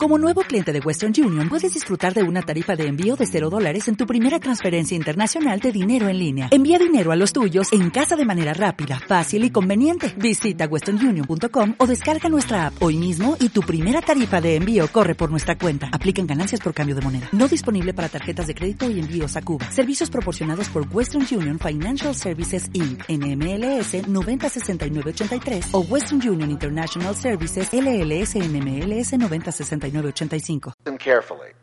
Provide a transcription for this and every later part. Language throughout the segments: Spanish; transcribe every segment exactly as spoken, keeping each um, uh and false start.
Como nuevo cliente de Western Union, puedes disfrutar de una tarifa de envío de cero dólares en tu primera transferencia internacional de dinero en línea. Envía dinero a los tuyos en casa de manera rápida, fácil y conveniente. Visita western union punto com o descarga nuestra app hoy mismo y tu primera tarifa de envío corre por nuestra cuenta. Aplican ganancias por cambio de moneda. No disponible para tarjetas de crédito y envíos a Cuba. Servicios proporcionados por Western Union Financial Services incorporated. N M L S noventa sesenta y nueve ochenta y tres o Western Union International Services L L S N M L S noventa sesenta y nueve ochenta y cinco. Listen carefully.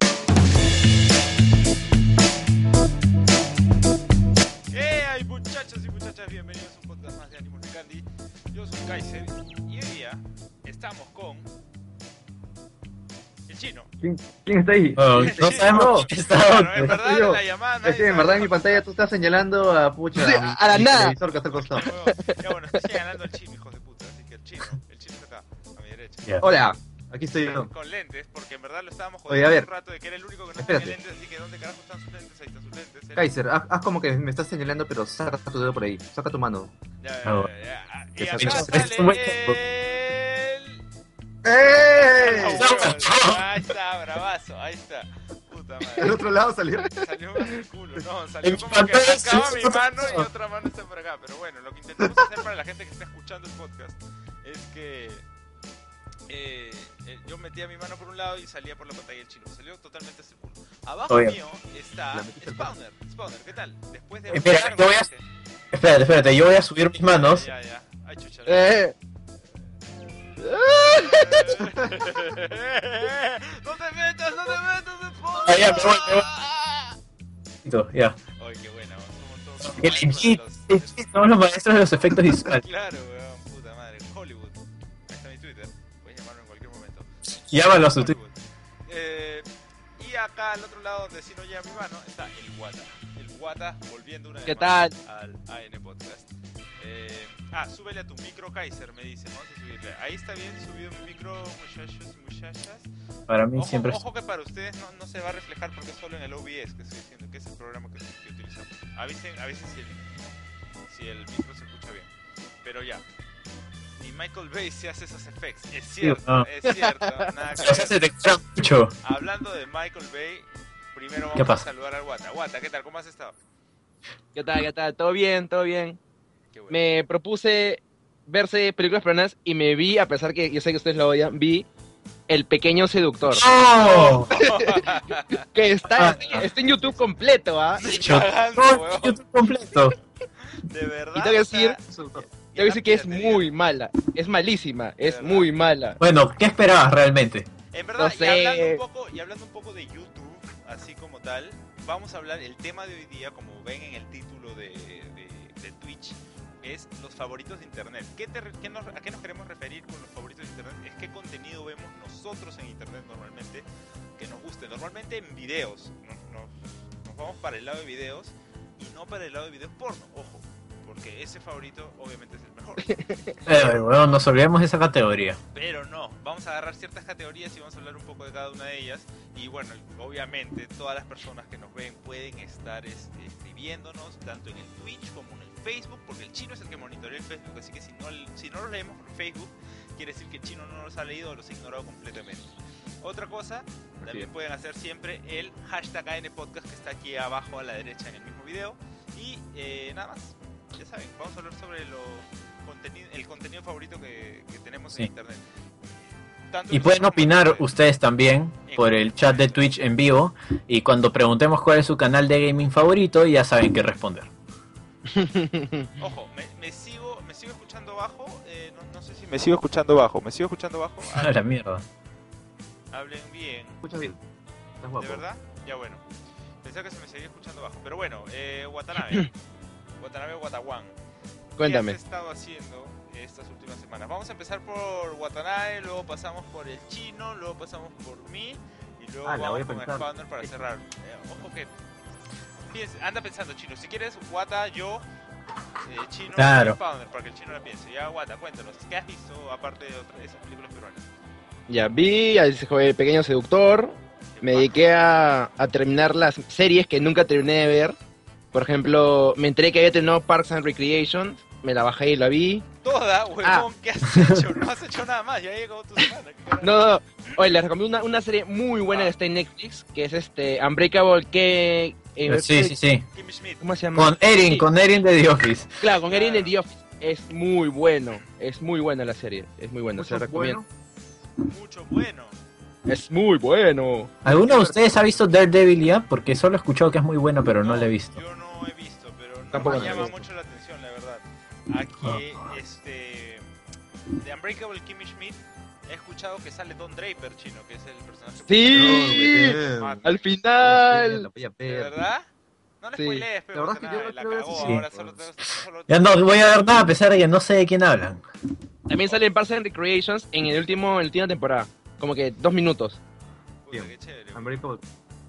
Hey muchachos y muchachas, bienvenidos a un podcast más de Animal Candy. Yo soy Kaiser y hoy día estamos con el chino. ¿Quién, quién está ahí? Oh, no sabemos quién está. Bueno, en verdad en la llamada nadie Es que en sabe. verdad en mi pantalla tú estás señalando a pucha Sí, a, mi- a la mi nada. televisor que está al costado. Ya bueno, estoy señalando al chino, hijos de puta. Así que el chino, el chino está acá, a mi derecha. Ya. Hola, aquí estoy yo. Con lentes, porque en verdad lo estábamos Oye, jodiendo a ver. un rato de que era el único que no Espérate. tenía lentes, así que ¿dónde carajo están sus lentes? Ahí están sus lentes. Él- Kaiser, haz, haz como que me estás señalando, pero saca tu dedo por ahí, saca tu mano. Ya, ya, Ah, ya, ya. Que Y acá saca- sale es un buen- el... ¡Eh! Ah, huevón. Ahí está, bravazo, ahí está. Puta Del madre. otro lado salió. Salió por el culo, no, salió En como que pantalla acaba sí, mi sí, mano sí. y otra mano está por acá. Pero bueno, lo que intentamos hacer para la gente que está escuchando el podcast es que eh, eh, yo metía mi mano por un lado y salía por la pantalla del chino. Salió totalmente hacia el culo. Abajo Obvio. mío está La metiste al Spawner. Spawner, ¿qué tal? Después de Espera, largo yo voy a- viaje. Espérate, espérate, yo voy a subir mis manos. Ya, ya. Ay, chucha. Eh, ¡No te metas, no te metas, Spawner! Ah, ya, me voy, me voy. Listo, Ya. Ay, qué buena, somos todos El maestros Infinity, de los- somos los maestros de los efectos visuales. Claro, weón, puta madre. Hollywood. Ahí está mi Twitter. Puedes llamarlo en cualquier momento. Llámalo a su Hollywood. Eh, y acá al otro lado, donde si no llega mi mano, está el Wata. El Wata volviendo una vez ¿Qué más tal? al A N Podcast. Eh, ah, súbele a tu micro, Kaiser, me dice. Vamos a subirle. Ahí está bien subido mi micro, muchachos y muchachas. Para mí Ojo, siempre es... ojo que para ustedes no, no se va a reflejar porque es solo en el O B S que estoy diciendo, que es el programa que, que utilizamos. Avisen, avisen si el, si el micro se escucha bien. Pero ya. Ni Michael Bay se hace esos efectos. Es cierto, no. es cierto. Nada que O sea, ver. se te extraña mucho. Hablando de Michael Bay, primero ¿Qué vamos a pasa? saludar al Wata. Wata, ¿qué tal? ¿Cómo has estado? ¿Qué tal? ¿Qué tal? ¿Todo bien? ¿Todo bien? Qué bueno. Me propuse verse películas peruanas y me vi, a pesar que yo sé que ustedes lo odian, vi El Pequeño Seductor. ¡Oh! Que está, Ah. está en YouTube completo, ¿ah? Ni Yo- cagando, ¡Oh, weón. YouTube completo! De verdad. Y tengo que o sea, decir- Te voy a decir que es muy mala. Es malísima. Es verdad. muy mala. Bueno, ¿qué esperabas realmente? En verdad, No y, sé. hablando un poco, y hablando un poco de YouTube, así como tal, vamos a hablar, el tema de hoy día, como ven en el título de, de, de Twitch, es los favoritos de Internet. ¿Qué te re- qué nos- ¿A qué nos queremos referir con los favoritos de Internet? Es qué contenido vemos nosotros en Internet normalmente que nos guste. Normalmente en videos, nos, nos- nos vamos para el lado de videos y no para el lado de videos porno, ojo, porque ese favorito obviamente es el mejor. Eh, bueno, nos olvidemos de esa categoría. Pero no, vamos a agarrar ciertas categorías y vamos a hablar un poco de cada una de ellas. Y bueno, obviamente todas las personas que nos ven pueden estar este, escribiéndonos tanto en el Twitch como en el Facebook, porque el chino es el que monitorea el Facebook, así que si no, si no los leemos por Facebook, quiere decir que el chino no los ha leído o los ha ignorado completamente. Otra cosa, también pueden hacer siempre el hashtag A N Podcast que está aquí abajo a la derecha en el mismo video. Y eh, nada más, ya saben, vamos a hablar sobre lo contenido, el contenido favorito que, que tenemos Sí. en internet. Tanto Y en pueden nosotros opinar como en- ustedes también por el chat de Twitch en vivo. Y cuando preguntemos cuál es su canal de gaming favorito, ya saben qué responder. Ojo, me, me sigo me sigo escuchando bajo, eh, no, no sé si me sigo escuchando bajo, me sigo escuchando bajo. A la mierda. Hablen bien. Escucha bien. Estás guapo. ¿De verdad? Ya bueno. Pensaba que se me seguía escuchando bajo. Pero bueno, eh, Watanabe. Watanabe Watawan. Cuéntame. ¿Qué has estado haciendo estas últimas semanas? Vamos a empezar por Watanabe, luego pasamos por el chino, luego pasamos por mí y luego Ah, la voy vamos a con pensar. Spawner para cerrar. Eh, ojo que... piense- anda pensando, chino. Si quieres, Wata, yo, eh, chino Claro. y Spawner, para que el chino la piense. Ya, Wata, cuéntanos. ¿Qué has visto aparte de otras de esas películas peruanas? Ya vi al El Pequeño Seductor. Me dediqué a, a terminar las series que nunca terminé de ver. Por ejemplo, me enteré que había terminado Parks and Recreation. me la bajé y la vi. Toda, huevón, Ah. ¿qué has hecho? No has hecho nada más, ya llegó tu semana. ¿qué carajo? No, no, no. Oye, les recomiendo una, una serie muy buena Ah. que está en Netflix, que es este Unbreakable, que... eh, Sí, sí, sí. Kimmy Schmidt. ¿Cómo se llama? Con Erin, Sí, con Erin de The Office. Claro, con Erin de Claro. The Office. Es muy bueno, es muy buena la serie, es muy buena, se Mucho la recomiendo. bueno. Mucho bueno. Es muy bueno. ¿Alguno de ustedes ha visto Daredevil ya? Porque solo he escuchado que es muy bueno, pero no lo he visto. Yo no he visto, pero no Tampoco me lo he llama visto. mucho la atención, la verdad. Aquí, este. De Unbreakable Kimmy Schmidt, he escuchado que sale Don Draper, chino, que es el personaje. Sí, principal. al La final. voy a ¿De ver. verdad? No le Sí. spoilees, pero La verdad es que yo nada, no la creo que cagó sí. ahora. Solo, solo- Ya no voy a ver nada a pesar de que no sé de quién hablan. También sale en Parks and Recreations en el último, en la última temporada. Como que dos minutos. Puta, Bien. qué chévere. Unbreakable.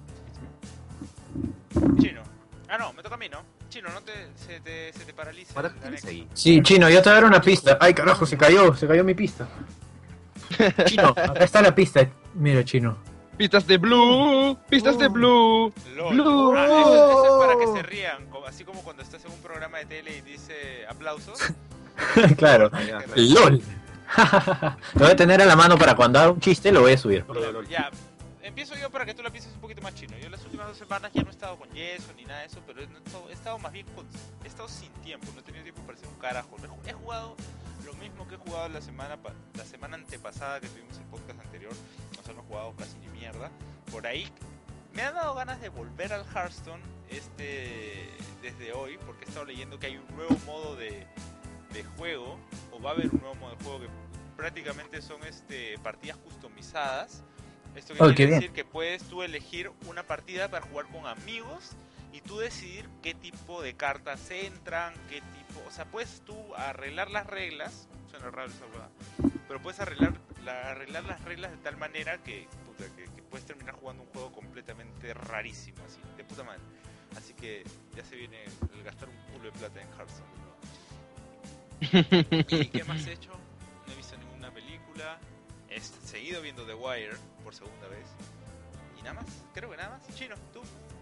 Chino. Ah, no, me toca a mí, ¿no? Chino, no te, se te, se te paraliza. ¿Para el qué tienes anexo. ahí? Sí, Chino, yo te voy a dar una pista. Ay, carajo, se cayó, se cayó mi pista. Chino, acá está la pista. Mira, Chino. Pistas de Blue, pistas de Blue. LOL. Blue. Ah, eso, eso es para que se rían, co- así como cuando estás en un programa de tele y dice aplausos. Claro. Ah, ya. LOL. Lo voy a tener a la mano para cuando haga un chiste lo voy a subir. Ya, empiezo yo para que tú la pienses un poquito más chino. Yo las últimas dos semanas ya no he estado con yeso ni nada de eso, pero he estado, he estado más bien con, he estado sin tiempo, no he tenido tiempo para hacer un carajo. He, ju- he jugado lo mismo que he jugado la semana pa- la semana antepasada que tuvimos el podcast anterior, o sea, no he jugado casi ni mierda. Por ahí me han dado ganas de volver al Hearthstone este desde hoy, porque he estado leyendo que hay un nuevo modo de, de juego, o va a haber un nuevo modo de juego que prácticamente son este partidas customizadas. Esto que Oh, quiere qué bien. decir que puedes tú elegir una partida para jugar con amigos y tú decidir qué tipo de cartas entran, qué tipo, o sea, puedes tú arreglar las reglas, suena raro esa hueá, pero puedes arreglar, la- arreglar las reglas de tal manera que, puta, que, que puedes terminar jugando un juego completamente rarísimo, así, de puta madre. Así que ya se viene el gastar un culo de plata en Hearthstone. ¿Y qué más he hecho? No he visto ninguna película. He seguido viendo The Wire por segunda vez. Y nada más, creo que nada más. Chino, tú.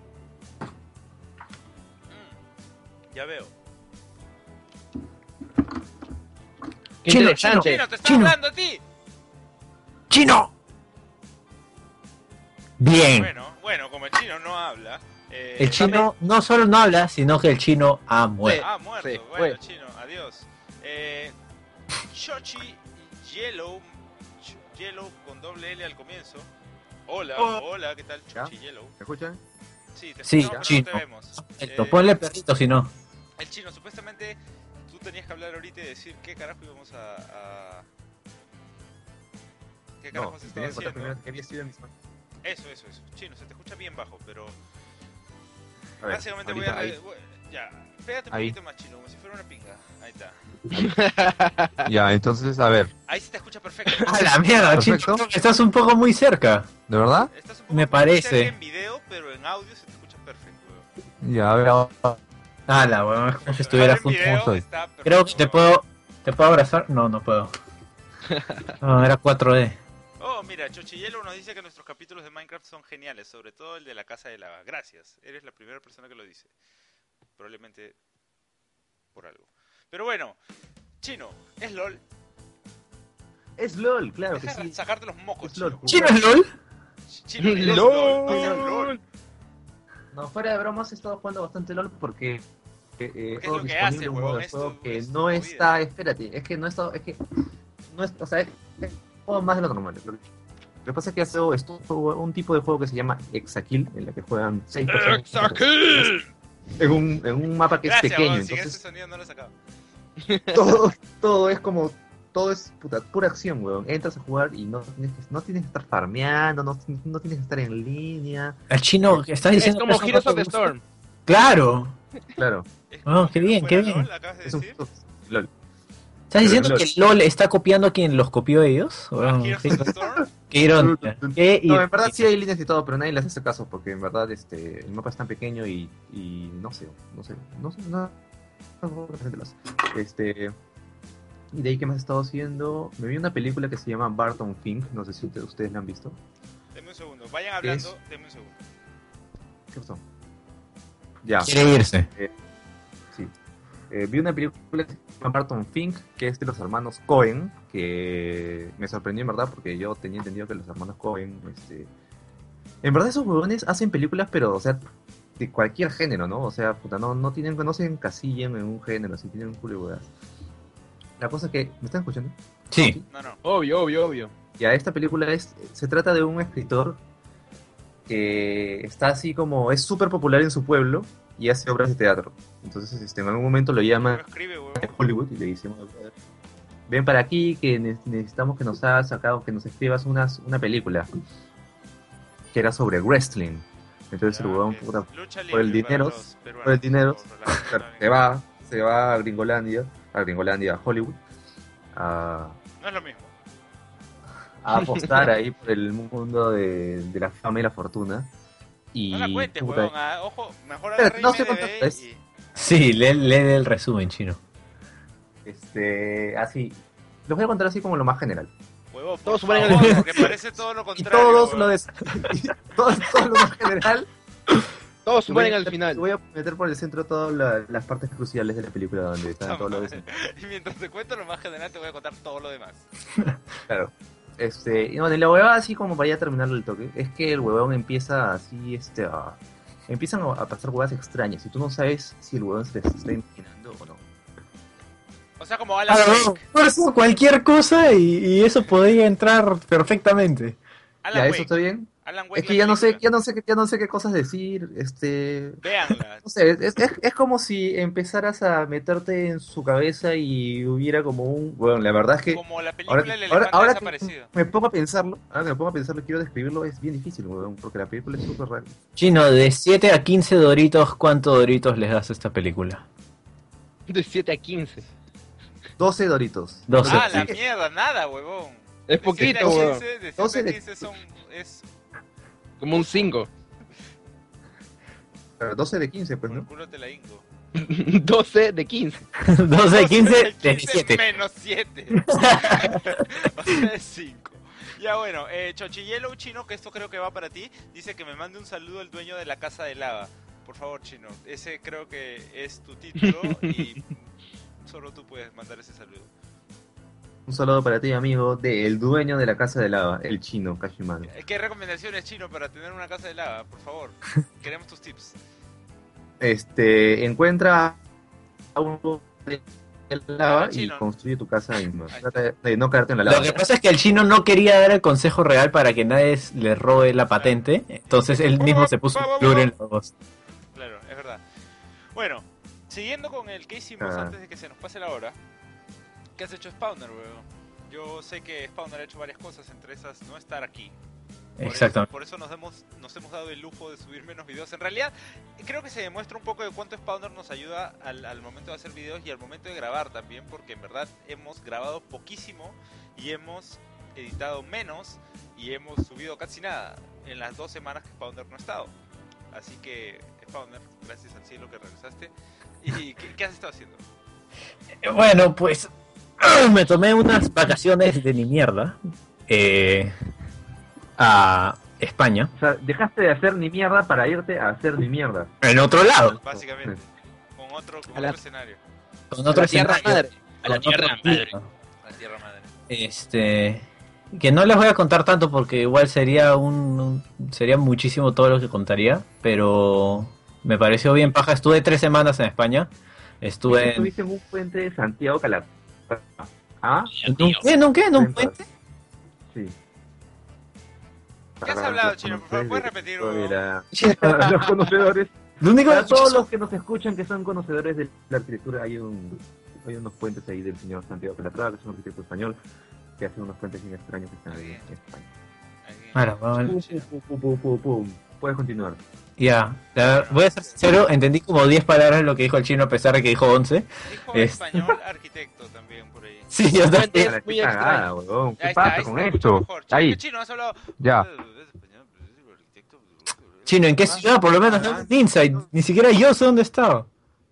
Mm, ya veo. Qué Chino, interesante. Chino, te está Chino. hablando a ti. ¡Chino! Bien. Bueno, bueno, como el chino no habla. eh, El chino no solo no habla, sino que el chino ha muerto. Ah, muerto. Sí, bueno, fue. chino, adiós. Eh, Chochi Yellow. Ch- Yellow con doble L al comienzo. Hola, Oh. hola, ¿qué tal? Chochi ¿Ya? Yellow. ¿Me escuchan? Sí, te Sí, escuchamos, pero chino. no te vemos. Perfecto, Eh, ponle perrito si no. El chino, supuestamente tú tenías que hablar ahorita y decir qué carajo íbamos a... a... ¿Qué No, carajo se estaba tenía que contar haciendo? primero que había sido en mis manos. Eso, eso, eso. Chino, se te escucha bien bajo, pero... A ver, Básicamente voy ahorita a... ahí. re- voy- Ya, pégate un Ahí. poquito más, chino, como si fuera una pinga. Ahí está. Ya, entonces, a ver. Ahí se te escucha perfecto. ¡A la mierda, chino! Perfecto. Estás un poco muy cerca. ¿De verdad? Estás un poco Me muy parece. cerca en video, pero en audio se te escucha perfecto, weón. Ya, a ver. ahora- Ah, la weón, es como si estuviera Ahora en junto. video soy. está perfecto, Creo que te weón. puedo. ¿Te puedo abrazar? No, no puedo. No, era cuatro D. Oh, mira, Chochillelo nos dice que nuestros capítulos de Minecraft son geniales, sobre todo el de la casa de lava. Gracias, eres la primera persona que lo dice. Probablemente por algo. Pero bueno, Chino, es LOL. Es LOL, claro que Deja de sí. sacarte los mocos, Es Chino. LOL. ¿Chino es LOL? Chino, es LOL. LOL. es LOL. No, fuera de bromas, he estado jugando bastante LOL porque. Eh, eh, es todo lo que disponible hace, un huevón, modo de es juego tu- que es no tu está. vida. Espérate, es que no está. Es que. No es, o sea, es, es un juego más de lo normal. Lo que, lo que pasa es que hace esto, un tipo de juego que se llama Hexakill, en la que juegan seis personas. ¡Hexakill! En un, en un mapa que es Gracias, pequeño, weón, sin entonces ese sonido no lo sacaba. todo, todo es como, todo es puta, pura acción, weón. Entras a jugar y no tienes que, no tienes que estar farmeando, no, no tienes que estar en línea. El chino, ¿estás Es diciendo como que Heroes eso of no the te gusta? Storm. Claro. Claro, Es Oh, como qué que bien, no qué fuera bien. LOL, acabas de es un decir. LOL. ¿Estás diciendo LOL. que LOL está copiando a quien los copió ellos? Ah, Bueno, Heroes qué, of the Storm. qué ironía. Qué No, en verdad ironía. sí hay líneas y todo, pero nadie les hace caso porque en verdad este el mapa es tan pequeño y, y no sé, no sé, no sé, no, no sé la gente lo hace. Este y de ahí que más he estado haciendo, me vi una película que se llama Barton Fink, no sé si ustedes, ustedes la han visto. Deme un segundo, vayan hablando, deme un segundo. ¿Qué pasó? Ya. Quiere irse. Sí. Eh, vi una película que se llama Barton Fink, que es de los hermanos Coen, que me sorprendió en verdad porque yo tenía entendido que los hermanos Coen, este... en verdad esos huevones hacen películas, pero, o sea, de cualquier género, ¿no? O sea, puta, no, no tienen, no se encasillan en un género, así tienen un culo de huevadas. La cosa que, ¿me están escuchando? Sí. No, no. Obvio, obvio, obvio. Ya, esta película es, se trata de un escritor que está así como, es súper popular en su pueblo y hace obras de teatro. Entonces, este, en algún momento lo ¿Cómo llaman escribe, huevón? a Hollywood y le dicen, ven para aquí que ne- necesitamos que nos hagas acá, que nos escribas unas, una película que era sobre wrestling. Entonces el Ya, huevón, que es puta, lucha por el libre para dinero, los peruanos, por el dinero, por la- se va, se va a Gringolandia, a Gringolandia, a Hollywood, a, No es lo mismo. a apostar ahí por el mundo de, de la fama y la fortuna. Y, No la cuentes, puta, huevón. ah, Ojo, mejor Espera, agarra no sé I M D B cuánto es. y- Sí, lee, lee el resumen, Chino. este, así, los voy a contar así como lo más general. Huevón, por Todos suponen el favor, final. porque parece todo lo Y contrario. todos huevón. lo des, y todos, todo lo más general. Todos Te voy a mueren al meter- final. te voy a meter por el centro todas la- las partes cruciales de la película donde están todos los des- Y mientras te cuento lo más general, te voy a contar todo lo demás. Claro. Este, y bueno, y la huevada así como para ya terminar el toque, es que el huevón empieza así, este, a, empiezan a a pasar huevadas extrañas y tú no sabes si el huevón se les está imaginando o no. O sea, como Alan Claro, Wake. por eso cualquier cosa y, y eso podría entrar perfectamente. Alan Ya, Wake. ¿eso está bien? Alan Wake, Es que la ya no sé, película. ya no sé, qué- ya no sé qué cosas decir, este... Véanla. No sé, es, es, es como si empezaras a meterte en su cabeza y hubiera como un... Bueno, la verdad es que Como la película ahora, El ahora, elefante ahora desaparecido. que me pongo a pensarlo, ahora que me pongo a pensarlo, quiero describirlo, es bien difícil, huevón, porque la película es súper rara. Chino, de siete a quince doritos, ¿cuántos doritos les das a esta película? De siete a quince. doce doritos. doce. Ah, Sí. la mierda, nada, huevón. Es De poquito, siete a weón. quince, De doce siete a de- quince son... Es Como un cinco. Pero doce de quince, pues, por el ¿no? culo te la ingo. doce de quince. doce de quince, de diecisiete. menos siete. O sea, es cinco. Ya bueno, eh, Chochiyelo Chino, que esto creo que va para ti, dice que me mande un saludo al dueño de la casa de lava. Por favor, Chino, ese creo que es tu título y solo tú puedes mandar ese saludo. Un saludo para ti, amigo, del dueño de la casa de lava, el chino, Kashimano. Eh, ¿Qué recomendaciones, Chino, para tener una casa de lava? Por favor, queremos tus tips. Este, encuentra a uno de lava y Chino. construye tu casa y no, Ahí trata de- de no caerte en la lava. Lo que pasa es que el chino no quería dar el consejo real para que nadie le robe la patente, entonces él mismo se puso un blur en los dos. Claro, es verdad. Bueno, siguiendo con el que hicimos Ah. antes de que se nos pase la hora. ¿Qué has hecho Spawner, weón? Yo sé que Spawner ha hecho varias cosas, entre esas no estar aquí. Por Exactamente. Eso, por eso nos hemos, nos hemos dado el lujo de subir menos videos. En realidad, creo que se demuestra un poco de cuánto Spawner nos ayuda al, al momento de hacer videos y al momento de grabar también, porque en verdad hemos grabado poquísimo y hemos editado menos y hemos subido casi nada en las dos semanas que Spawner no ha estado. Así que, Spawner, gracias al cielo que regresaste. ¿Y qué, qué has estado haciendo? Bueno, pues me tomé unas vacaciones de ni mierda eh, a España, O sea, dejaste de hacer ni mierda para irte a hacer ni mierda. en otro lado, Básicamente, con otro, con A la- otro escenario, con otro a la tierra escenario, madre. A la con tierra otro madre. clima. la Tierra Madre. Este, que no les voy a contar tanto porque igual sería un, un- sería muchísimo todo lo que contaría, pero me pareció bien paja. Estuve tres semanas en España. Estuve en... Estuviste en un puente de Santiago Calatrava. ¿Ah? ¿En un qué? ¿En un qué? ¿En un puente? Sí. ¿Qué has hablado, Chino? Por favor, ¿puedes repetir, huevón? Era- Para los conocedores, Lo único para todos los que nos escuchan que son conocedores de la arquitectura, hay un hay unos puentes ahí del señor Santiago Calatrava, que es un arquitecto español, que hace unos puentes bien extraños que están ahí en España. Ahí. Bueno, bueno, Pum, pum, pum, pum, pum, pum. Puedes continuar. ya, la ver- voy a ser sincero, entendí como diez palabras de lo que dijo el chino a pesar de que dijo once. Dijo Es- español arquitecto también por ahí. Sí, yo también. Es Ahora, muy qué cagada, extraño. huevón. Ahí ¿Qué está, pasa ahí con se escucha esto? mejor. Chino, Ahí. ¿qué Chino has hablado? Ya. Español, arquitecto. Chino, ¿en qué ciudad? Por lo menos Ah, no Insight. Ni siquiera yo sé dónde estaba.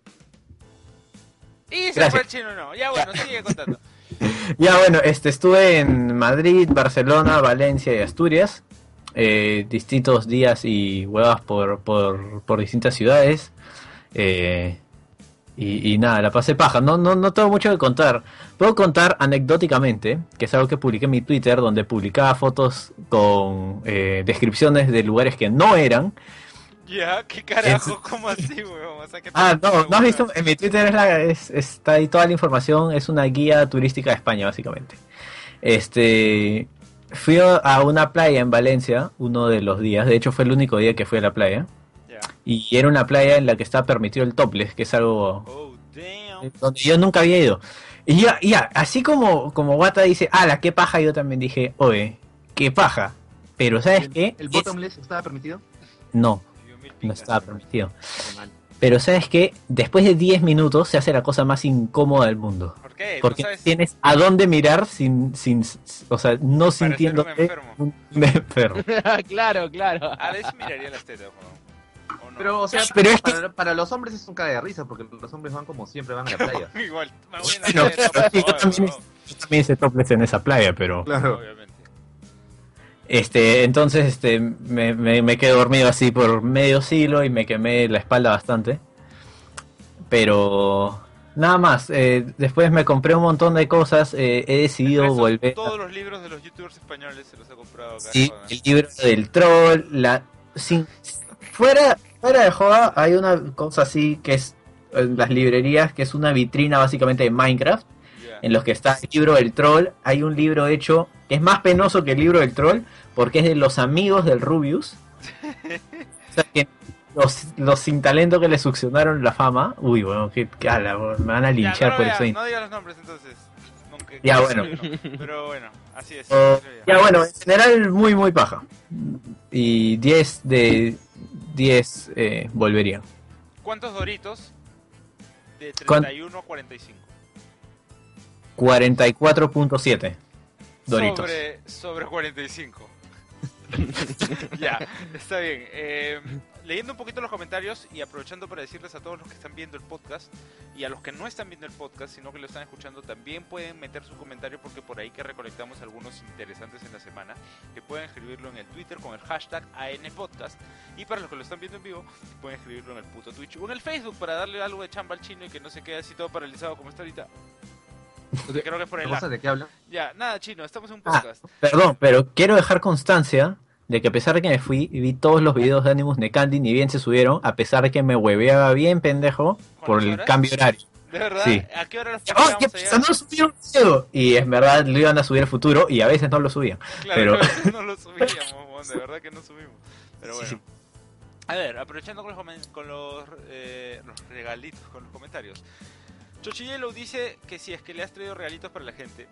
Y se Gracias. fue el Chino, no. Ya bueno, sigue contando. Ya bueno, este estuve en Madrid, Barcelona, Valencia y Asturias. Eh, distintos días y huevas por, por, por distintas ciudades. Eh, Y, y nada, la pasé paja. No, no, no tengo mucho que contar. Puedo contar anecdóticamente, que es algo que publiqué en mi Twitter, donde publicaba fotos con eh, descripciones de lugares que no eran. Ya, ¿qué carajo? ¿Cómo así, weón? O sea, ¿qué Ah, tal? no, ¿no has visto? En mi Twitter es la, es, está ahí toda la información. Es una guía turística de España, básicamente. Este, fui a una playa en Valencia uno de los días. De hecho, fue el único día que fui a la playa. Ya. Y era una playa en la que estaba permitido el topless, que es algo Oh, damn. donde yo nunca había ido. Y ya, ya, así como, como Wata dice, ala, qué paja, yo también dije, oye, qué paja. Pero ¿sabes qué? ¿El Es- bottomless estaba permitido? No, Dio mil no picas. estaba permitido. Qué mal. Pero ¿sabes qué? Después de diez minutos se hace la cosa más incómoda del mundo. ¿Por qué? Porque ¿No sabes? tienes a dónde mirar sin, sin, o sea, no Parecer un sintiéndote enfermo. un un enfermo. claro, claro. A ver si miraría las tetas, weón. ¿O no? Pero, o sea, Pero es que- para, para los hombres es un caga de risa, porque los hombres van como siempre, van a la playa. Igual, me voy a Bueno, hacer claro, sí, yo weón, también, weón. yo también hice topless en esa playa, pero Claro. Obviamente. este, entonces este me, me, me quedé dormido así por medio siglo y me quemé la espalda bastante. Pero nada más, eh, después me compré un montón de cosas, eh, he decidido El resto, volver a... Todos los libros de los youtubers españoles se los he comprado acá. Sí, joder. el libro del troll, la sin fuera fuera de joda hay una cosa así que es en las librerías que es una vitrina básicamente de Minecraft Ya. en los que está el libro del troll, hay un libro hecho que es más penoso que el libro del troll porque es de los amigos del Rubius. O sea que los, los sin talento que le succionaron la fama, uy, bueno, que, que ala, bueno, me van a Ya, linchar no, por lo eso. veas, no digas los nombres entonces. Aunque- Ya, que- bueno. Pero bueno, así es. Oh, Pero ya bueno, en general muy muy paja. Y diez de diez eh, volvería. ¿Cuántos doritos? De ¿Cuán- treinta y uno a cuarenta y cinco. cuarenta y cuatro punto siete Doritos. Sobre, sobre cuarenta y cinco. Ya, está bien. Eh, leyendo un poquito los comentarios y aprovechando para decirles a todos los que están viendo el podcast y a los que no están viendo el podcast, sino que lo están escuchando, también pueden meter su comentario porque por ahí que recolectamos algunos interesantes en la semana, que pueden escribirlo en el Twitter con el hashtag A N Podcast. Y para los que lo están viendo en vivo, pueden escribirlo en el puto Twitch o en el Facebook para darle algo de chamba al chino y que no se quede así todo paralizado como está ahorita. Porque creo que es por el ¿Cosas lag. de qué hablan? Ya, nada, chino, estamos en un Ah, podcast. perdón, pero quiero dejar constancia de que a pesar de que me fui y vi todos los videos de Animus Nekandi, ni bien se subieron, a pesar de que me hueveaba bien pendejo por las el horas? cambio horario. ¿De verdad? Sí. ¿A qué hora los ¡Oh, publicamos qué allá? pasa! ¡No subieron video! Y en verdad lo iban a subir al futuro y a veces no lo subían. Claro, pero- que a veces no lo subíamos, mon, de verdad que no subimos. Pero bueno. Sí. A ver, aprovechando con los, comen- con los, eh, los regalitos, con los comentarios. Chochiyelo dice que si es que le has traído regalitos para la gente.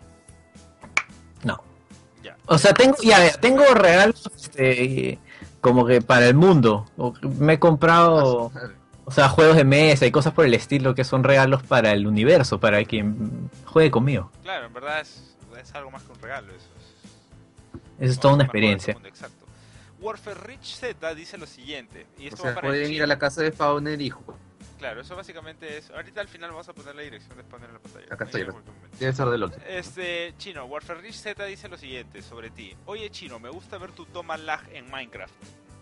No. Ya. O sea, tengo, ya, ver, tengo regalos este, como que para el mundo. O- Me he comprado, o sea, juegos de mesa y cosas por el estilo que son regalos para el universo, para quien juegue conmigo. Claro, en verdad es, es algo más que un regalo. Eso es, Eso es toda una más juego de experiencia. mundo, exacto. Warfare Rich Z dice lo siguiente. Y O esto sea, va para el pueden ir chino. a la casa de Spawner y ju- Claro, eso básicamente es. Ahorita al final vamos a poner la dirección de Spawner en la pantalla. Acá estoy, Ahí acá en algún momento. debe ser del otro. Este, Chino, Warfare Rich Z dice lo siguiente sobre ti. Oye, Chino, me gusta ver tu toma lag en Minecraft.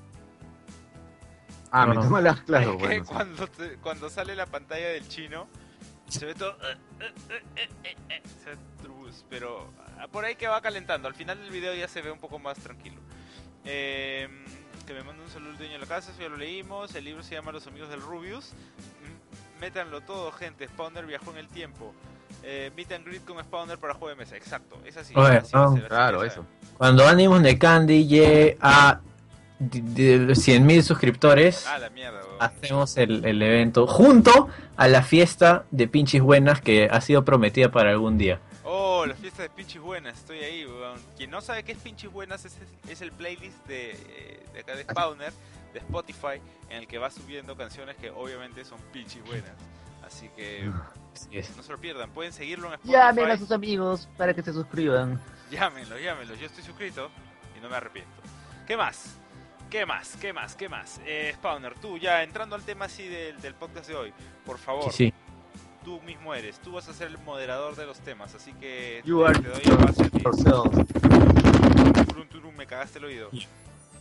Ah, No, me no. toma la... Claro, Es que bueno. sí. cuando, te- cuando sale la pantalla del Chino, se ve todo... eh, eh, eh, eh, eh, eh, se ve trubus, pero ah, por ahí que va calentando. Al final del video ya se ve un poco más tranquilo. Eh, que me manda un saludo el dueño de la casa, eso ya lo leímos. El libro se llama Los amigos del Rubius. Mm, Métanlo todo, gente. Spawner viajó en el tiempo. Eh, meet and greet con Spawner para juego de mesa. Exacto, es así. Oye, así va a no. ser, así Claro, ya eso. saben. Cuando Animus Nekandi llegue a cien mil suscriptores, Ah, la mierda, weón. hacemos el, el evento junto a la fiesta de Pinches Buenas que ha sido prometida para algún día. Oh, la fiesta de Pinches Buenas, estoy ahí, weón. Quien no sabe qué es Pinches Buenas es, es el playlist de, eh, de acá de Spawner, de Spotify, en el que va subiendo canciones que obviamente son Pinches Buenas. Así que Así es. no se lo pierdan, pueden seguirlo en Spotify. Llamen a sus amigos para que se suscriban. Llámenlos, llámenlos, yo estoy suscrito y no me arrepiento. ¿Qué más? ¿Qué más? ¿Qué más? ¿Qué más? Eh, Spawner, tú ya entrando al tema así del, del podcast de hoy, por favor, Sí, sí. tú mismo eres, tú vas a ser el moderador de los temas, así que You te, are te doy espacio a ti. Yourself. Turum, turum, me cagaste el oído.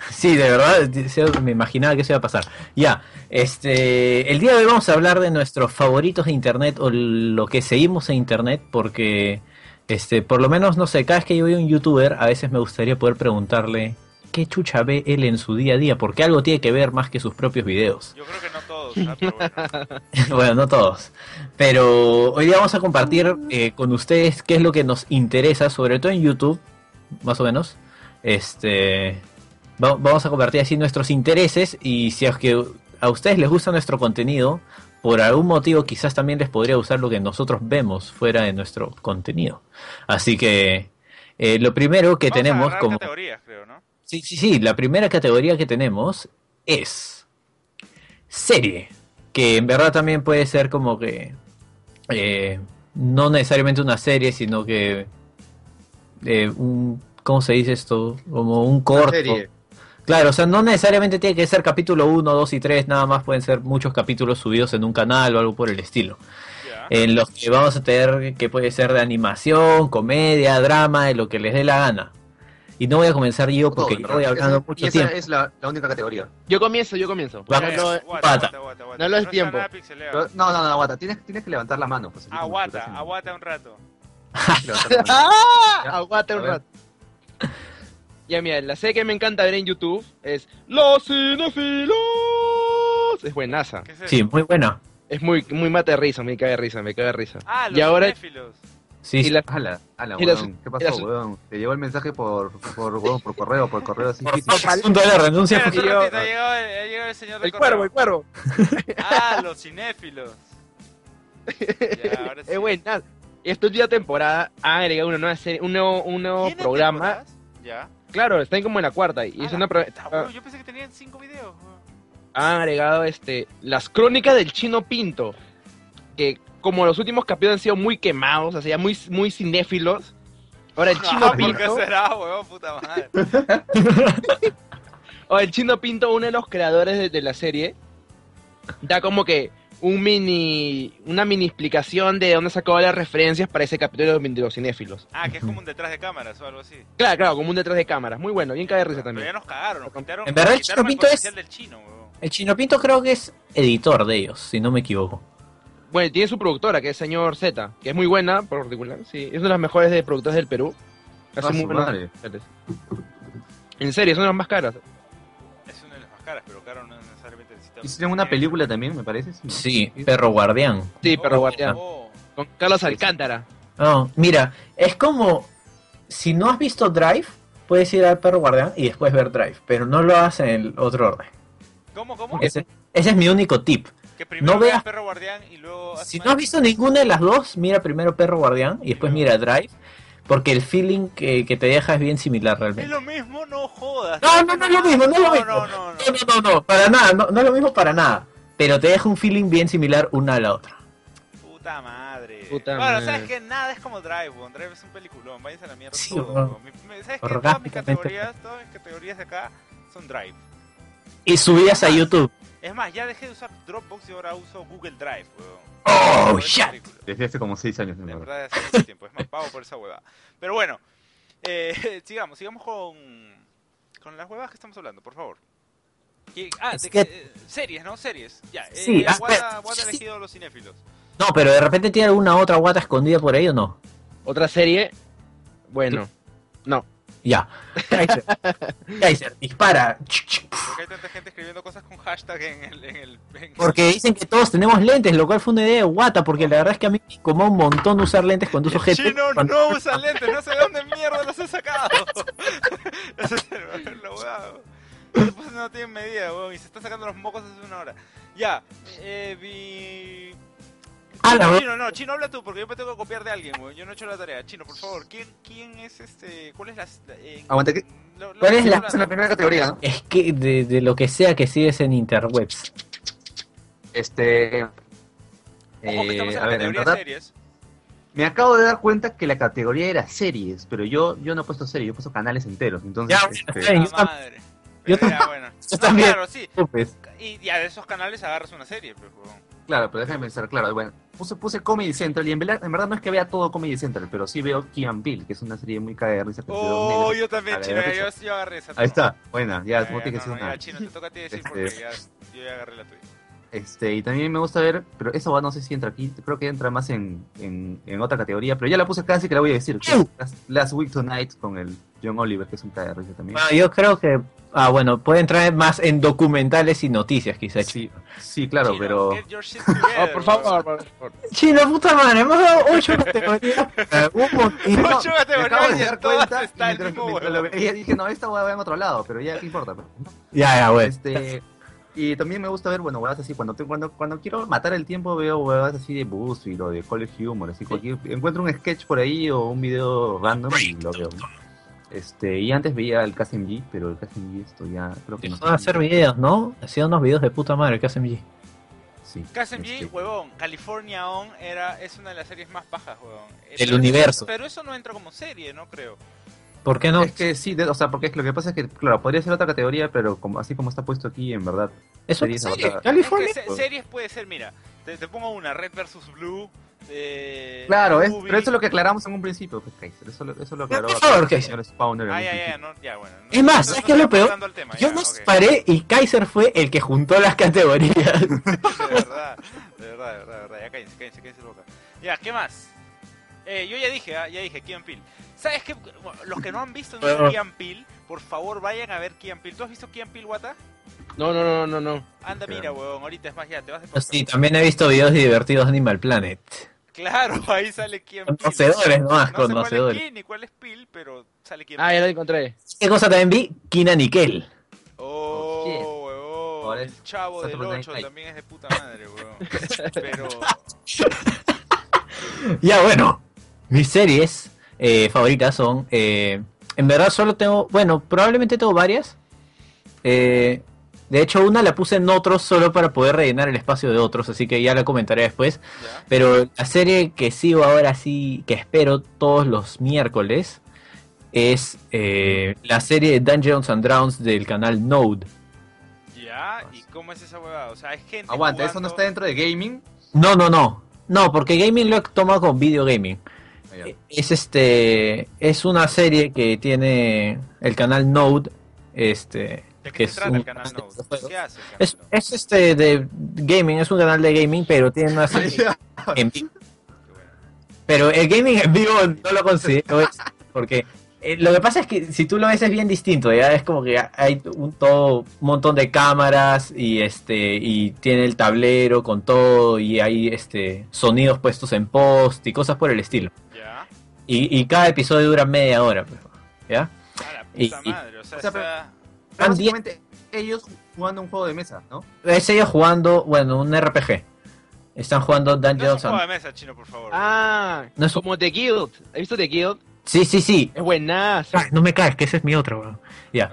Sí, de verdad, me imaginaba que eso iba a pasar. Ya, este, el día de hoy vamos a hablar de nuestros favoritos de internet o lo que seguimos en internet, porque, este, por lo menos, no sé, cada vez que yo veo un youtuber, a veces me gustaría poder preguntarle qué chucha ve él en su día a día, porque algo tiene que ver más que sus propios videos. Yo creo que no todos, ¿ah? Pero bueno. Bueno, no todos, pero hoy día vamos a compartir eh, con ustedes qué es lo que nos interesa, sobre todo en YouTube, más o menos. Este, va- vamos a compartir así nuestros intereses y si es que a ustedes les gusta nuestro contenido, por algún motivo quizás también les podría gustar lo que nosotros vemos fuera de nuestro contenido. Así que eh, lo primero que Vamos a tenemos agarrar como... categorías, creo, ¿no? Sí, sí, sí, la primera categoría que tenemos es serie, que en verdad también puede ser como que eh, no necesariamente una serie, sino que eh, un, ¿cómo se dice esto? Como un corto. serie. Claro, o sea, no necesariamente tiene que ser capítulo uno, dos y tres, nada más pueden ser muchos capítulos subidos en un canal o algo por el estilo. Ya. En los que vamos a tener que puede ser de animación, comedia, drama, de lo que les dé la gana. Y no voy a comenzar yo porque Todo, yo voy hablando esa- mucho y esa tiempo. es la, la única categoría. Yo comienzo, yo comienzo. Va. No, Eh, no, Guata, Guata. Guata, Guata, Guata. No lo es está tiempo. nada pixeleado. Pero- no, no, no, aguanta. Tienes, tienes que levantar la mano. Pues, así como Aguata, tú estás haciendo. aguata un rato. Tienes que levantar la mano. ¡Ah! Ya, Aguanta a un ver. rato. Ya, mira, la serie que me encanta ver en YouTube es Los Cinefilos. Es buenaza. ¿Qué es eso? Sí, muy buena. Es muy, muy mate de risa, me cae de risa, me cae de risa. Ah, los y ahora, cinéfilos. Sí, y sí. la- Ala, ala, Y las- weón. ¿Qué y pasó, las- weón? Te llegó el mensaje por, por, weón, por correo, por correo así. Punto de la renuncia. Espera, un yo- ratito, ha llegado el, ha llegado el señor de el cuervo, el cuervo. Ah, los cinéfilos. Ya, ahora sí. Es buena. Esta última temporada han agregado una nueva serie, un nuevo, un nuevo ¿Tiene programa. temporadas? Ya. Claro, están como en la cuarta. Y es Ah, una pro- está bueno, yo pensé que tenían cinco videos. weón. han agregado este las crónicas del Chino Pinto, que como los últimos capítulos han sido muy quemados, o sea, muy, muy cinéfilos. Ahora el Chino Ah, ¿por qué Pinto, será, weón? Puta madre. o el Chino Pinto, uno de los creadores de, de la serie, da como que un mini, una mini explicación de dónde sacó las referencias para ese capítulo de los cinéfilos. Ah, que es como un detrás de cámaras o algo así. Claro, claro, como un detrás de cámaras, muy bueno, bien cae de risa Pero ya también. nos cagaron, nos quitaron, En verdad, nos el quitaron Chino Pinto es- potencial del chino, weón. El Chino Pinto creo que es editor de ellos, si no me equivoco. Bueno, tiene su productora, que es Señor Z, que es muy buena, por particular, sí, es una de las mejores de productoras del Perú. Hace Ah, muy su buenos madre. comerciales. En serio, son las más caras. Es una de las más caras, pero caro no necesariamente necesita. Hicieron una película también, me parece. Sí, ¿no? Sí, Perro Guardián. Sí, Oh, Perro Guardián. oh. Con Carlos Alcántara. No, mira, es como si no has visto Drive, puedes ir al Perro Guardián y después ver Drive, pero no lo haces en el otro orden. ¿Cómo, cómo? Ese, ese es mi único tip. Que primero no veas veas- Perro Guardián y luego... Si no has visto ninguna de las dos, mira primero Perro Guardián y después mira Drive, porque el feeling que, que te deja es bien similar Es realmente. lo mismo, no jodas. No, no, no es lo mismo, no es lo mismo. No, no, no. No, no, no, no, para nada, no, no es lo mismo para nada. Pero te deja un feeling bien similar una a la otra. Puta madre. Puta bueno, madre. sabes que nada es como Drive, weón. Drive es un peliculón. Váyanse a la mierda Sí, todo, weón. weón. Mi- mi- ¿Sabes qué? Todas mis Orgánicamente. categorías, todas mis categorías de acá son Drive. Y subidas a YouTube. Es más, ya dejé de usar Dropbox y ahora uso Google Drive, weón. Oh, Por esa shit. película. Desde hace como seis años. De ¿no? verdad, hace mucho tiempo. Es más, pago por esa hueva. Pero bueno, eh, sigamos, sigamos con, con las huevas que estamos hablando, por favor. ¿Qué- Ah, Es de, que- eh, series, ¿no? Series. Ya, eh, Sí, ah, Guata, espera, Guata ha sí. elegido los cinéfilos. No, pero de repente tiene alguna otra guata escondida por ahí o no. Otra serie, bueno, no. Ya. Kaiser. Kaiser, dispara. Porque hay tanta gente escribiendo cosas con hashtag en el... En el en- Porque dicen que todos tenemos lentes, lo cual fue una idea de guata, porque la verdad es que a mí me incomoda un montón usar lentes cuando uso gente. Chino no usa lentes, no sé de dónde mierda los he sacado. Ese es el lo huevado. Pues no tienen medida, weón, y se está sacando los mocos hace una hora. Ya, eh, vi... Ah, la Chino, verdad- Chino, no, Chino, habla tú, porque yo me tengo que copiar de alguien, weón. Yo no he hecho la tarea. Chino, por favor, ¿quién, quién es este...? ¿Cuál es la...? eh, Aguanta, ¿qué? lo- lo ¿Cuál que es estoy la- hablando? Esa es la primera categoría, ¿no? Es que de, de lo que sea que sigues en interwebs. Este. Ojo, que estamos eh, en la a ver, en categoría verdad, series. me acabo de dar cuenta que la categoría era series, pero yo, yo no he puesto series, yo he puesto canales enteros. Entonces, Ya, este, está bien. Puta yo tam- madre. yo Pero tam- ya, bueno. yo No, también. claro, sí. Pues, Y ya de esos canales agarras una serie, pues, weón. claro, pero déjame pensar, claro, bueno. puse, puse Comedy Central y en verdad, en verdad no es que vea todo Comedy Central, pero sí veo Key and Peele, que es una serie muy caga de risa. que Oh, se ve yo también, caga chino, de yo, risa. yo agarré esa. Ahí está, buena, ya, Ya, como ya, te que no, es no, una. ya, chino, te toca a ti decir Este- porque ya, yo ya agarré la tuya. Este, y también me gusta ver, pero eso va, no sé si entra aquí, creo que entra más en, en, en otra categoría, pero ya la puse acá, así que la voy a decir. que es Last, Last Week Tonight con el John Oliver, que es un caga de risa también. Bueno, yo creo que, ah, bueno, puede entrar más en documentales y noticias, quizás. Sí, sí, claro, Chino, pero... get your shit together, Oh, por favor, weón. por favor. Chino, puta madre, hemos dado ocho categorías. Un montón. No, Ocho me categorías acabo de y en dar todas cuenta, y está el mientras, mismo mientras lo huevón. veía dije, no, esta hueá va en otro lado, pero ya, ¿qué importa? Pero, ¿no? Ya, ya, bueno. Este, y también me gusta ver, bueno, huevadas así, cuando, te- cuando, cuando quiero matar el tiempo veo huevadas así de BuzzFeed o de College Humor, así cualquier, encuentro un sketch por ahí o un video random y lo veo. Este, y antes veía el K S M G, pero el K S M G esto ya creo que no Van a hacer videos, ¿no? Hacían unos videos de puta madre, ¿qué hacen allí? Sí. K S M G, este, huevón, California On era, es una de las series más bajas, huevón. Eh, El pero universo. Eso, pero eso no entra como serie, no creo. ¿Por qué no? Es que sí, de- o sea, porque es que lo que pasa es que, claro, podría ser otra categoría, pero como, así como está puesto aquí, en verdad. Eso series es a serie, otra- California. Es que se- series puede ser, mira, te, te pongo una, Red versus Blue, de... Claro, es, Movie. pero eso es lo que aclaramos en un principio, pues, Kaiser. Eso, lo- eso lo aclaró por favor, el Kaiser. señor Spawner en Ah, un ya, ya, principio. no, ya, bueno. no- Es más, no- ¿sabes no qué es lo estoy peor? aportando al tema, Yo ya, me ok. paré y Kaiser fue el que juntó las categorías. De verdad, de verdad, de verdad, de verdad, ya cállense, cállense, cállense boca. Ya, ¿qué más? Eh, yo ya dije, ah, ya dije, Key and Peele. ¿Sabes qué? Bueno, los que no han visto nunca Bueno. Key and Peele, por favor vayan a ver Key and Peele. ¿Tú has visto Key and Peele, Wata? No, no, no, no, no. Anda, Claro. mira, huevón, ahorita es más, ya, te vas de Sí, podcast. también he visto videos divertidos de Animal Planet. Claro, ahí sale Key and Peele. Conocedores nomás, No sé cuál es conocedores. Key ni cuál es Peele, pero sale Key and Ah, Peele. ya lo encontré. ¿Qué cosa también vi? Kina Nickel. Oh, Shit. huevón, Ahora el es chavo del Saturday ocho Night. también es de puta madre, huevón. Pero, Ya, bueno, mis series eh, favoritas son, eh, en verdad solo tengo, bueno, probablemente tengo varias. Eh, de hecho, una la puse en otros solo para poder rellenar el espacio de otros, así que ya la comentaré después. ya. Pero la serie que sigo ahora sí, que espero todos los miércoles, es eh, la serie de Dungeons and Dragons del canal Node. Ya, ¿y cómo es esa huevada? O sea, hay gente Aguanta, ¿eso no jugando- está dentro de gaming? No, no, no. No, porque gaming lo he tomado con video gaming. Ah, ya. Es este es una serie que tiene el canal Node, este ¿De que qué es se trata un el canal canal de Node? juegos. ¿Qué hace el canal Es, Node? es este de gaming, es un canal de gaming, pero tiene una serie en vivo. Qué bueno. Pero el gaming en vivo no lo considero eso, porque eh, lo que pasa es que si tú lo ves es bien distinto, ya es como que hay un todo un montón de cámaras y este y tiene el tablero con todo y hay este sonidos puestos en post y cosas por el estilo. Ya. Y, y cada episodio dura media hora, pues, ¿ya? A la Y- puta y- madre, o sea, o sea, pero- está... Pero Van diez- básicamente ellos jugando un juego de mesa, ¿no? Es ellos jugando, bueno, un R P G. Están jugando No es un Dungeons juego de and... mesa, chino, por favor. Ah, No es- como The Guild. ¿Has visto The Guild? Sí, sí, sí. Es buenazo. Ay, no me caes, que ese es mi otro, weón. Ya.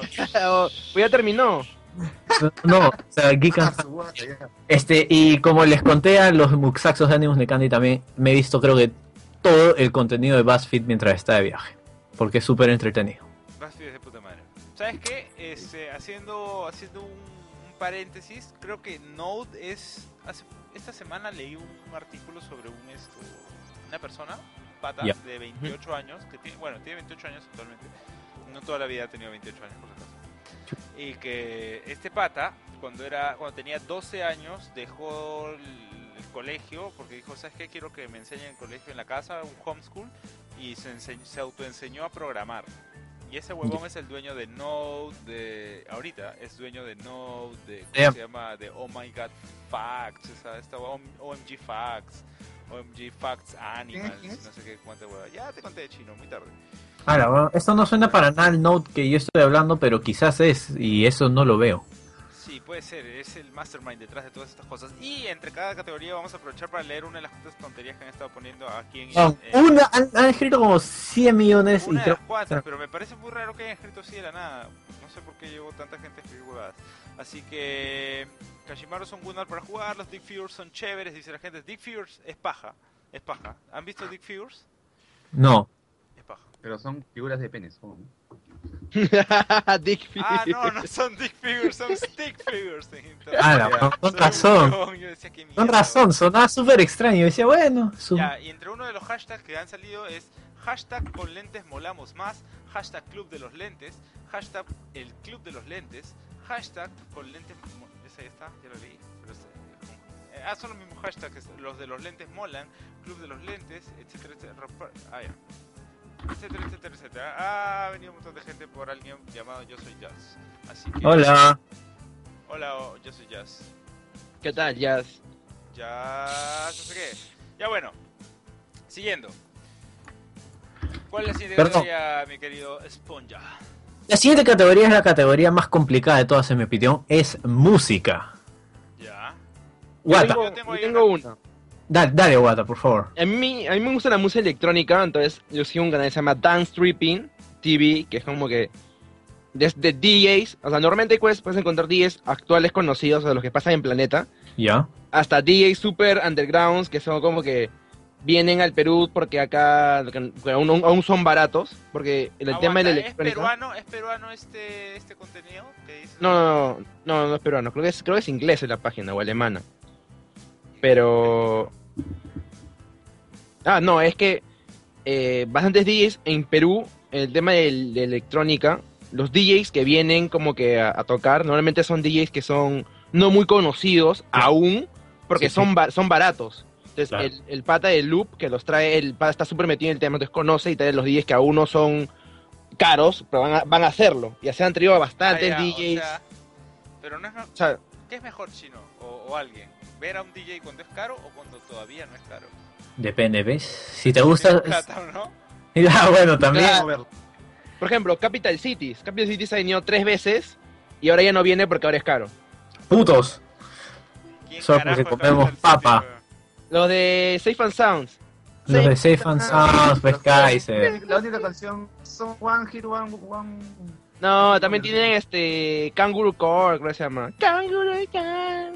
Oh, Oh, pues ya terminó. No, o sea, Geek and- Ah, su guata, ya. Este, y como les conté a los muxaxos de Animus de Candy también, me he visto creo que todo el contenido de BuzzFeed mientras está de viaje. Porque es súper entretenido. BuzzFeed es de puta madre. ¿Sabes qué? Este, haciendo haciendo un, un paréntesis, creo que Node es... Hace, esta semana leí un artículo sobre un esto, una persona, pata, Ya. de veintiocho años, que tiene, bueno, tiene veintiocho años actualmente. No toda la vida ha tenido veintiocho años, por si acaso. Y que este pata, cuando era cuando tenía doce años, dejó el, el colegio porque dijo, ¿sabes qué? Quiero que me enseñen el colegio en la casa, un homeschool, y se, ense- se autoenseñó a programar. Y ese huevón es el dueño de Node, de... Ahorita es dueño de Node, de... ¿Cómo Yeah. se llama? De Oh My God Facts, esa, esta O M G Facts, O M G Facts Animals, ¿Quién es? no sé qué cuánta hueva. Ya te conté de chino, muy tarde. Ahora, bueno, esto no suena para nada al Note que yo estoy hablando, pero quizás es, y eso no lo veo. Sí, puede ser, es el mastermind detrás de todas estas cosas. Y entre cada categoría vamos a aprovechar para leer una de las tantas tonterías que han estado poniendo aquí en... No, en- una, han, han escrito como cien millones y Una de creo... las cuantas, pero me parece muy raro que hayan escrito así de la nada. No sé por qué llevó tanta gente a escribir huevadas. Así que Kashimaru son buenos para jugar, los Dick Figures son chéveres, dice la gente. Dick Figures es paja, es paja. ¿Han visto Dick Figures? No. Es paja. Pero son figuras de penes. ¿cómo? Dick Ah, Figure. no, no son dick figures, son stick figures en internet. Ah, la- con, con Soy un razón. huevón, yo decía, "¿Qué Con mierda, razón, sonaba súper extraño. Yo decía, bueno, su- Ya, y entre uno de los hashtags que han salido es hashtag con lentes molamos más, hashtag club de los lentes, hashtag el club de los lentes, hashtag con lentes... mo- Ese ahí está, ya lo leí. Pero es- eh, ah, son los mismos hashtags, los de los lentes molan, club de los lentes, etcétera, etcétera. ropa- Ah, ya. Etcétera, etcétera, etcétera. Ah, ha venido un montón de gente por alguien llamado Yo Soy Jazz. Así que... Hola. Hola, oh, Yo Soy Jazz. ¿Qué tal, Jazz? Ya, no sé qué. Ya bueno, siguiendo. ¿Cuál es la siguiente Perdón. categoría, mi querido Esponja? La siguiente categoría es la categoría más complicada de todas, en mi opinión. Es música. Ya. Yo Wata, tengo, Yo tengo yo ahí tengo una. una. dale, dale, Wata, por favor. A mí, a mí me gusta la música electrónica, entonces yo sigo un canal que se llama Dance Tripping T V, que es como que desde D Js, o sea, normalmente puedes, puedes encontrar D Js actuales conocidos, o sea, los que pasan en Planeta, ¿Ya? hasta D Js super undergrounds, que son como que vienen al Perú porque acá que aún, aún son baratos, porque el Aguanta, tema de la ¿es electrónica... peruano, ¿es peruano este, este contenido que dices? No, no, no, no, no es peruano, creo que es, creo que es inglés en la página, o alemana. Pero... Ah, no, es que eh, bastantes D Js en Perú, el tema del- de, electrónica, los D Js que vienen como que a, a tocar, normalmente son D Js que son no muy conocidos aún, porque Sí, sí. son ba- son baratos. Entonces, Claro. el, el pata del loop que los trae, el pata está súper metido en el tema, entonces conoce y trae los D Js que aún no son caros, pero van a, van a hacerlo. Ya se han traído a Ah, bastantes ya, D o Js. sea, pero no es, me- O sea, ¿qué es mejor, Chino? O, o alguien. ¿Ver a un D J cuando es caro o cuando todavía no es caro? Depende, ¿ves? Si te gusta... Tienes plata, ¿no? Ah, bueno, también. Claro. Por ejemplo, Capital Cities. Capital Cities ha venido tres veces y ahora ya no viene porque ahora es caro. Putos. ¿Quién Solo carajo porque es comemos Capital City, papa. weón? Los de Safe and Sounds. Los de Safe and Sounds, pues Kaiser. La única canción son One Hit One One. No, también tienen este Kangaroo Core, creo que se llama. Kangaroo Core.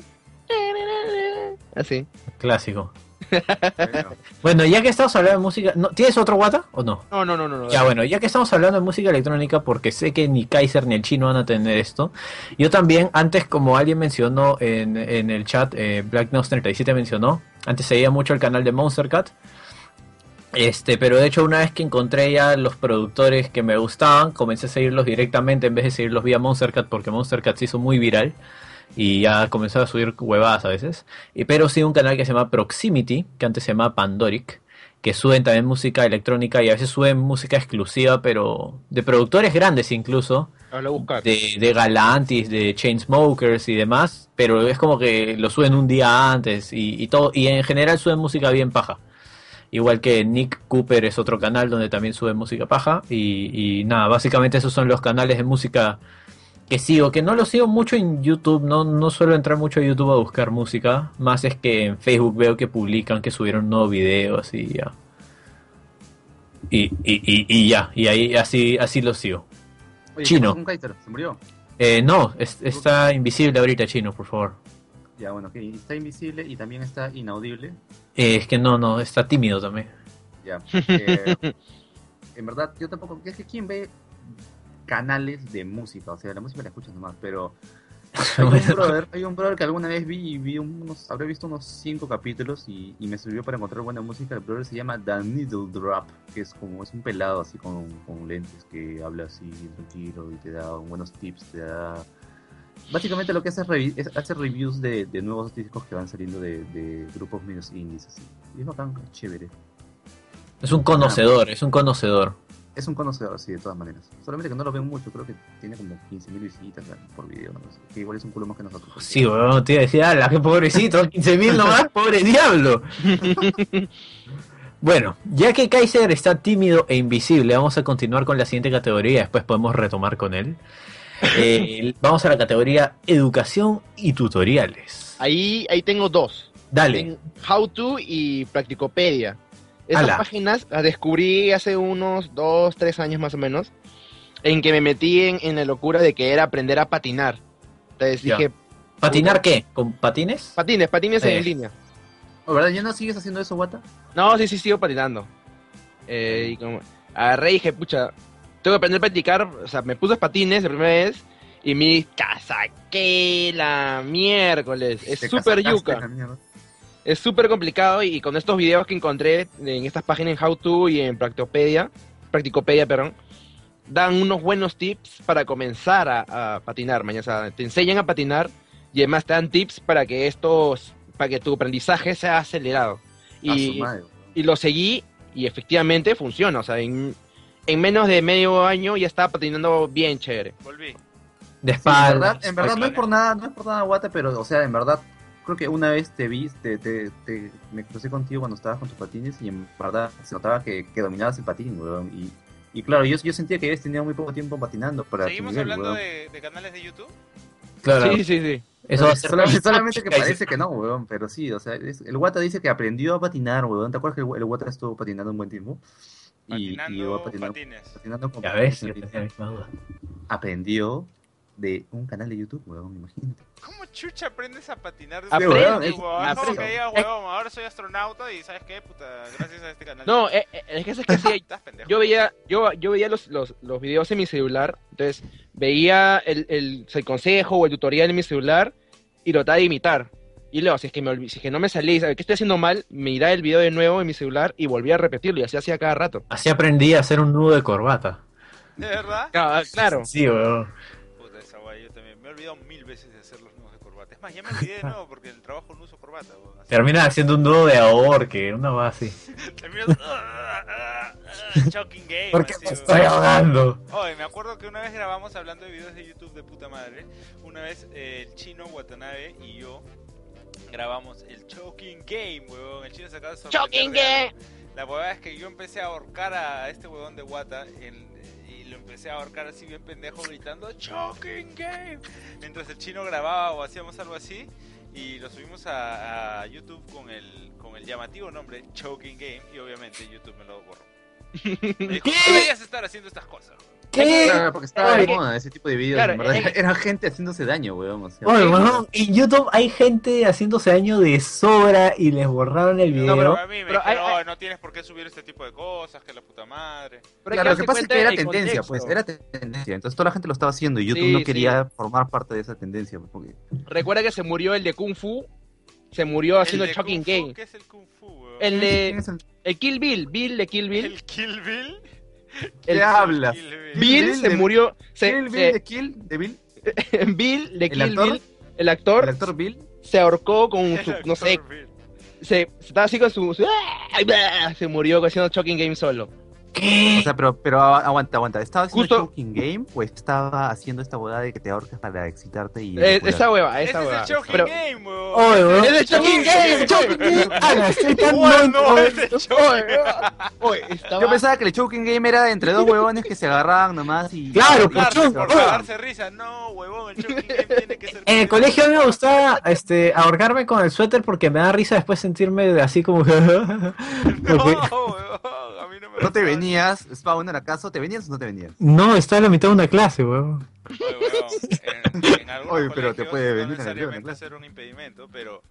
Así. Clásico. Bueno, Bueno, ya que estamos hablando de música... ¿no? ¿Tienes otro Wata o no? No, no, no, no. no Ya bueno, ya que estamos hablando de música electrónica, porque sé que ni Kaiser ni el chino van a tener esto, yo también, antes como alguien mencionó en, en el chat, eh, Black Nose treinta y siete mencionó, antes seguía mucho el canal de Monster Cat, este, pero de hecho una vez que encontré ya los productores que me gustaban, comencé a seguirlos directamente en vez de seguirlos vía Monster Cat, porque Monster Cat se hizo muy viral y ya comenzó a subir huevadas a veces, y, pero sí un canal que se llama Proximity, que antes se llamaba Pandoric, que suben también música electrónica y a veces suben música exclusiva, pero de productores grandes incluso, Hablo a buscar. de, de Galantis, de Chainsmokers y demás, pero es como que lo suben un día antes y, y todo, y en general suben música bien paja. Igual que Nick Cooper es otro canal donde también sube música paja y, y nada, básicamente esos son los canales de música que sigo, que no los sigo mucho en YouTube, no, no suelo entrar mucho a YouTube a buscar música, más es que en Facebook veo que publican que subieron un nuevo video, así ya. Y, y, y, y ya, y ahí así, así los sigo. oye, Chino. ¿qué pasó con Kaiser? ¿Se murió? Eh, no, es- está invisible ahorita, chino, por favor. Ya, bueno, que está invisible y también está inaudible. Eh, es que no, no, está tímido también. Ya. eh, en verdad, yo tampoco. Es que quién ve canales de música, o sea, la música la escuchas nomás, pero hay un Bueno, brother, hay un brother que alguna vez vi y vi unos, habré visto unos cinco capítulos y, y me sirvió para encontrar buena música. El brother se llama The Needle Drop, que es como, es un pelado así con, con lentes que habla así tranquilo y te da buenos tips, te da... Básicamente lo que hace es, revi- es hacer reviews de, de nuevos discos que van saliendo de, de grupos medios indies así. Y es bacán, es chévere. es un conocedor, es un conocedor. Es un conocedor, sí, de todas maneras. Solamente que no lo ven mucho, creo que tiene como quince mil visitas por video, ¿no? Que igual es un culo más que nosotros. Sí, weón, te iba a decir, ala, qué pobrecito, quince mil nomás, pobre diablo. Bueno, ya que Kaiser está tímido e invisible, vamos a continuar con la siguiente categoría, después podemos retomar con él. Eh, vamos a la categoría educación y tutoriales. Ahí, ahí tengo dos. Dale. En How To y Practicopedia. Esas Ala. páginas las descubrí hace unos dos, tres años más o menos, en que me metí en, en la locura de que era aprender a patinar. Entonces Ya. dije, ¿Patinar qué? ¿Con patines? patines, patines Eh. en línea. ¿Oh, ¿verdad? ¿Ya no sigues haciendo eso, Wata? No, sí, sí, sigo patinando. Eh, y como, agarré y dije, pucha, tengo que aprender a practicar, o sea, me puse patines la primera vez y me casaqué la miércoles. Es Te súper casacaste yuca. la mierda. Es súper complicado y con estos videos que encontré en estas páginas en How To y en Practopedia, Practicopedia, perdón, dan unos buenos tips para comenzar a, a patinar, mañana. O sea, te enseñan a patinar y además te dan tips para que estos, para que tu aprendizaje sea acelerado. A su Y, madre, weón. y lo seguí y efectivamente funciona. O sea, en, en menos de medio año ya estaba patinando bien chévere. Volví. De Sí, en espalda. verdad, en verdad no es por nada, no es por nada, Guate, pero, o sea, en verdad, creo que una vez te vi, te, te, te- me crucé contigo cuando estabas con tus patines y en verdad se notaba que, que dominabas el patín, weón. Y, y claro, yo, yo sentía que habías tenido muy poco tiempo patinando para tu ¿Seguimos nivel, hablando weón. de, de canales de YouTube? Claro, Sí, sí, sí. eso va a ser solamente, solamente que parece que no, weón, pero sí, o sea, es- el Guata dice que aprendió a patinar, weón. ¿Te acuerdas que el, el Guata estuvo patinando un buen tiempo? Y, y Patinando llegó a patinar, patines. patinando con Ya ves, patines yo en tenía la pista. misma duda. Aprendió de un canal de YouTube, weón, imagínate. ¿Cómo chucha aprendes a patinar? Sí, desde weón, pequeño, es- weón? Es como aprende. que diga, huevón, ahora soy astronauta y ¿sabes qué? Puta, gracias a este canal. No, eh, eh, es que es que sí, Estás pendejo. yo veía, yo, yo veía los, los, los videos en mi celular, entonces veía el, el, el consejo o el tutorial en mi celular y lo trataba de imitar. Y luego, si es que me olvi- si es que no me salía y sabía que estoy haciendo mal, miraba el video de nuevo en mi celular y volvía a repetirlo y así hacía cada rato. Así aprendí a hacer un nudo de corbata. ¿De verdad? Claro, claro. Sí, weón. Puta, esa guay, yo también. Me he olvidado mil veces de hacer los nudos de corbata. Es más, ya me olvidé de nuevo porque en el trabajo no uso corbata, weón. Así- Terminas haciendo un nudo de ahorque, una va así. Termino... Shocking game. ¿Por qué así, me weón. estoy ahogando? Oye, me acuerdo que una vez grabamos hablando de videos de YouTube de puta madre. Una vez eh, el chino Watanabe y yo grabamos el Choking Game, huevón. El chino se acaba de sorprender Choking de Game. algo. La huevada es que yo empecé a ahorcar a este huevón de Wata en- y lo empecé a ahorcar así bien pendejo gritando Choking Game. Mientras el chino grababa o hacíamos algo así y lo subimos a, a YouTube con el, con el llamativo nombre Choking Game y obviamente YouTube me lo borró. Me dijo, ¿Qué? deberías estar haciendo estas cosas. ¿Qué? Claro, porque estaba de Oye, moda ese tipo de videos, claro, en verdad. eh, Era gente haciéndose daño, weón. O sea, Oye, weón, en YouTube hay gente haciéndose daño de sobra y les borraron el video. No, pero a mí me pero dijeron, hay- hay- "Oh, no tienes por qué subir este tipo de cosas, que la puta madre". Pero hay claro, lo darse que pasa es cuenta que era del tendencia, contexto. pues, era tendencia. Entonces toda la gente lo estaba haciendo y YouTube Sí, no sí. quería formar parte de esa tendencia. pues, Porque... Recuerda que se murió el de Kung Fu, se murió haciendo el, de Choking Kung Fu, Game. ¿qué es el Kung Fu, weón? El ¿Quién de es el- el Kill Bill, Bill de Kill Bill. ¿El Kill Bill? ¿Qué el- hablas? Kill Bill. Bill Bill se de- murió, se, ¿Kill Bill se- de Kill? ¿De Bill? Bill de ¿El Kill actor? Bill, el actor, ¿El actor Bill? se ahorcó con El su, actor no sé, Bill. se, se estaba así con su, su- ¡ay, blah! Se murió haciendo Choking Game solo. ¿Qué? O sea, pero, pero agu- aguanta, aguanta. ¿Estaba haciendo Justo- Choking Game o estaba haciendo esta boda de que te ahorcas para excitarte y... Eh, eyacular? esa hueva, Ese esa es hueva. el Choking Pero- Game, weón. Oye, weón. ¡Es el Choking Game! ¡El Choking Game! Ah, estoy tan Weón, no, lento. es el Choking Oye, estaba- Yo pensaba que el Choking Game era entre dos huevones que se agarraban nomás y... Claro, y- pues, Por chum, por weón. cagarse risa. No, huevón, el Choking Game tiene que ser... En el colegio a mí me gustaba este, ahorcarme con el suéter porque me da risa después sentirme de así como... No, Porque- huevón, a mí no me ¿No te gustaba. venías, Spawner, acaso? ¿Te venías o no te venías? No, estaba en la mitad de una clase, weón. Oye, huevón, en, en algunos Oye, pero te colegios puede no venir en el necesariamente video, en ser un impedimento, pero...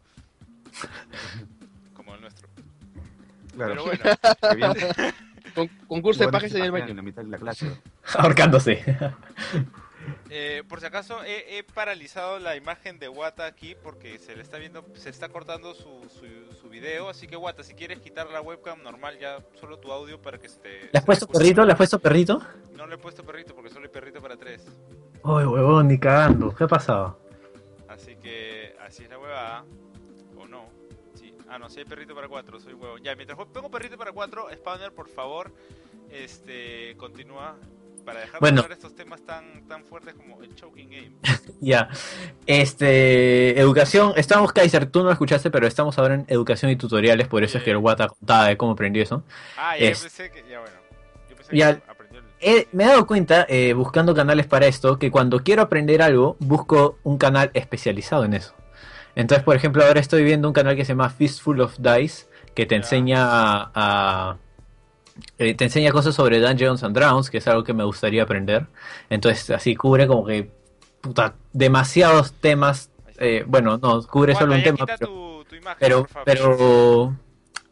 Como el nuestro. Claro. Pero bueno, Que bien. con- concurso de Huevones pajes que en el pajean baño. En la mitad de la clase. Ahorcándose. eh, por si acaso he, he paralizado la imagen de Wata aquí porque se le está viendo, se está cortando su, su, su video, así que Wata, si quieres quitar la webcam normal, ya solo tu audio para que se te... ¿Le has se puesto te escuche. perrito? ¿Le has puesto perrito? No le he puesto perrito porque solo hay perrito para tres. Uy, huevón, ni cagando. ¿Qué ha pasado? Así que así es la huevada. O no. Sí. Ah, no, si hay perrito para cuatro, soy huevo. Ya, mientras pongo perrito para cuatro, Spawner, por favor, este, continúa para dejar Bueno. de hablar estos temas tan, tan fuertes como el Choking Game. Ya. Este. Educación. Estamos, Kaiser, tú no lo escuchaste, pero estamos ahora en educación y tutoriales. Por eso es que el Wata contaba de cómo aprendió eso. Ah, ya Es- yo pensé que, ya bueno. Yo pensé Ya. que aprendió el... He- me he dado cuenta, eh, buscando canales para esto, que cuando quiero aprender algo, busco un canal especializado en eso. Entonces, por ejemplo, ahora estoy viendo un canal que se llama Fistful of Dice, que te Ya. enseña a, a- eh, te enseña cosas sobre Dungeons and Dragons, que es algo que me gustaría aprender. Entonces, así cubre como que puta, demasiados temas. eh, bueno, no, cubre Wata, solo un ya tema, quita pero, tu, tu imagen, pero, por favor. pero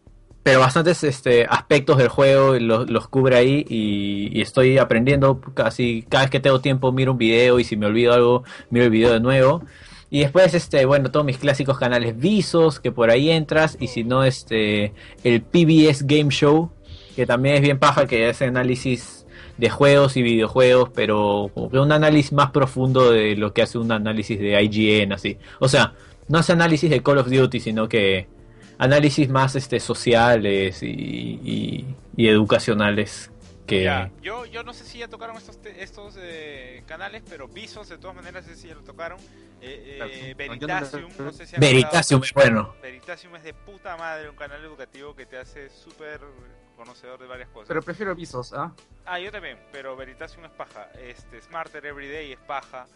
pero bastantes este, aspectos del juego los, los cubre ahí y, y estoy aprendiendo casi cada vez que tengo tiempo miro un video y si me olvido algo miro el video de nuevo. Y después, este, bueno, todos mis clásicos canales Visos, que por ahí entras, y si no, este, el P B S Game Show, que también es bien paja, que hace análisis de juegos y videojuegos, pero como que un análisis más profundo de lo que hace un análisis de I G N, así. O sea, no hace análisis de Call of Duty, sino que análisis más este sociales y, y, y educacionales. Que... Ya, yo, yo no sé si ya tocaron estos te- estos eh, canales, pero Visos de todas maneras sé si ya lo tocaron. Eh, eh, Veritasium, no sé si han Veritasium es bueno. Veritasium es de puta madre, un canal educativo que te hace súper conocedor de varias cosas. Pero prefiero Visos, ¿ah? Ah, yo también, pero Veritasium es paja. Este, Smarter Everyday es paja.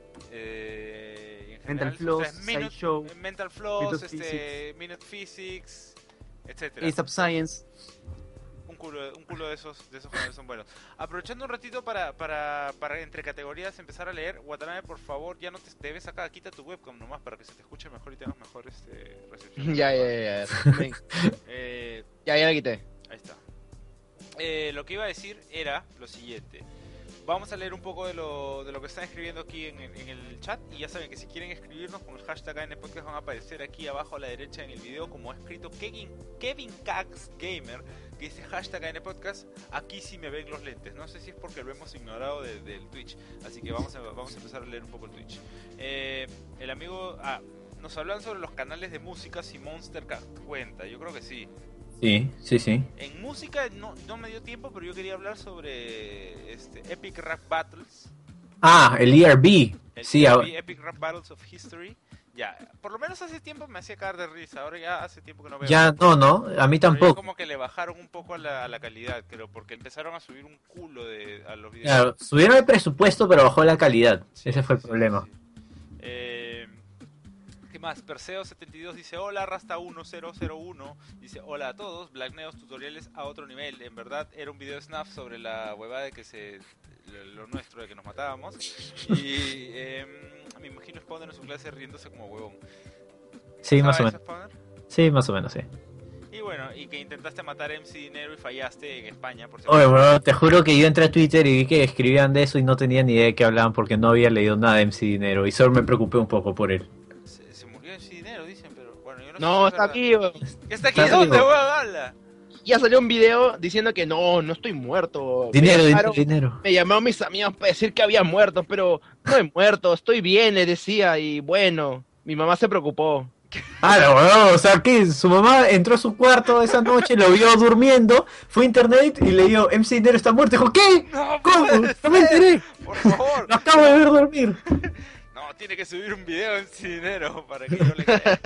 Eh, en Mental general, Floss, o sea, Minute- Sideshow, Mental Floss, Minute este, Physics. Minute Physics, etcétera. Ace of Science. Un culo, un culo de esos de esos canales son buenos. Aprovechando un ratito para, para, para entre categorías empezar a leer, Watanabe, por favor, ya no te debes acá, quita tu webcam nomás para que se te escuche mejor y tengas mejor este recepción. Ya, ya, ya. Ya, Ven. Eh, ya, ya la quité. ahí está. Eh, lo que iba a decir era lo siguiente. Vamos a leer un poco de lo, de lo que están escribiendo aquí en, en- en el chat. Y ya saben que si quieren escribirnos con el hashtag A N Podcast van a aparecer aquí abajo a la derecha en el video como ha escrito Kevin, Kevin Cax Gamer, que dice hashtag A N Podcast. Aquí sí me ven los lentes. No sé si es porque lo hemos ignorado de- del Twitch. Así que vamos a, vamos a empezar a leer un poco el Twitch. Eh, el amigo... Ah, nos hablan sobre los canales de música si Monster Cat cuenta. Yo creo que sí. Sí, sí, sí. En música no, no me dio tiempo, pero yo quería hablar sobre este Epic Rap Battles. Ah, el E R B. El Sí, E R ahora- B, Epic Rap Battles of History. Ya, por lo menos hace tiempo me hacía caer de risa. Ahora ya hace tiempo que no veo. ya no, no, a mí Pero ya tampoco. como que le bajaron un poco a la, a la calidad, creo, porque empezaron a subir un culo de, a los videos. Claro, subieron el presupuesto pero bajó la calidad. Sí, Ese fue el sí, problema. sí, sí. Eh, ¿Qué más? Perseo setenta y dos dice hola, Rasta uno cero cero uno dice hola a todos, Black Neos tutoriales a otro nivel. En verdad era un video de Snaf sobre la huevada de que se lo, lo nuestro de que nos matábamos y eh, me imagino Spawner en su clase riéndose como huevón. Sí, más o ¿Sabes menos. eso, Spawner? Sí, más o menos, sí. Y bueno, y que intentaste matar a M C Dinero y fallaste en España por si Oye, acaso. bro, te juro que yo entré a Twitter y vi que escribían de eso y no tenía ni idea de qué hablaban porque no había leído nada de M C Dinero y solo me preocupé un poco por él. Se, se murió M C Dinero, dicen, pero bueno, yo no, No, sé si es está verdad. aquí. weón. ¿Está aquí? Está ¿Dónde, vivo. weón? Habla. Ya salió un video diciendo que no, no estoy muerto. Dinero, me dinero, llamaron, dinero. me llamaron mis amigos para decir que había muerto, pero no he muerto, estoy bien, le decía, y bueno, mi mamá se preocupó. Ah, no, weón, o sea, que su mamá entró a su cuarto esa noche, lo vio durmiendo, fue a internet y le dio M C Dinero está muerto. Dijo, ¿qué? No, ¿Cómo? puede No me ser. enteré. Por favor. Lo acabo de ver dormir. No, tiene que subir un video en sin dinero para que yo le crea.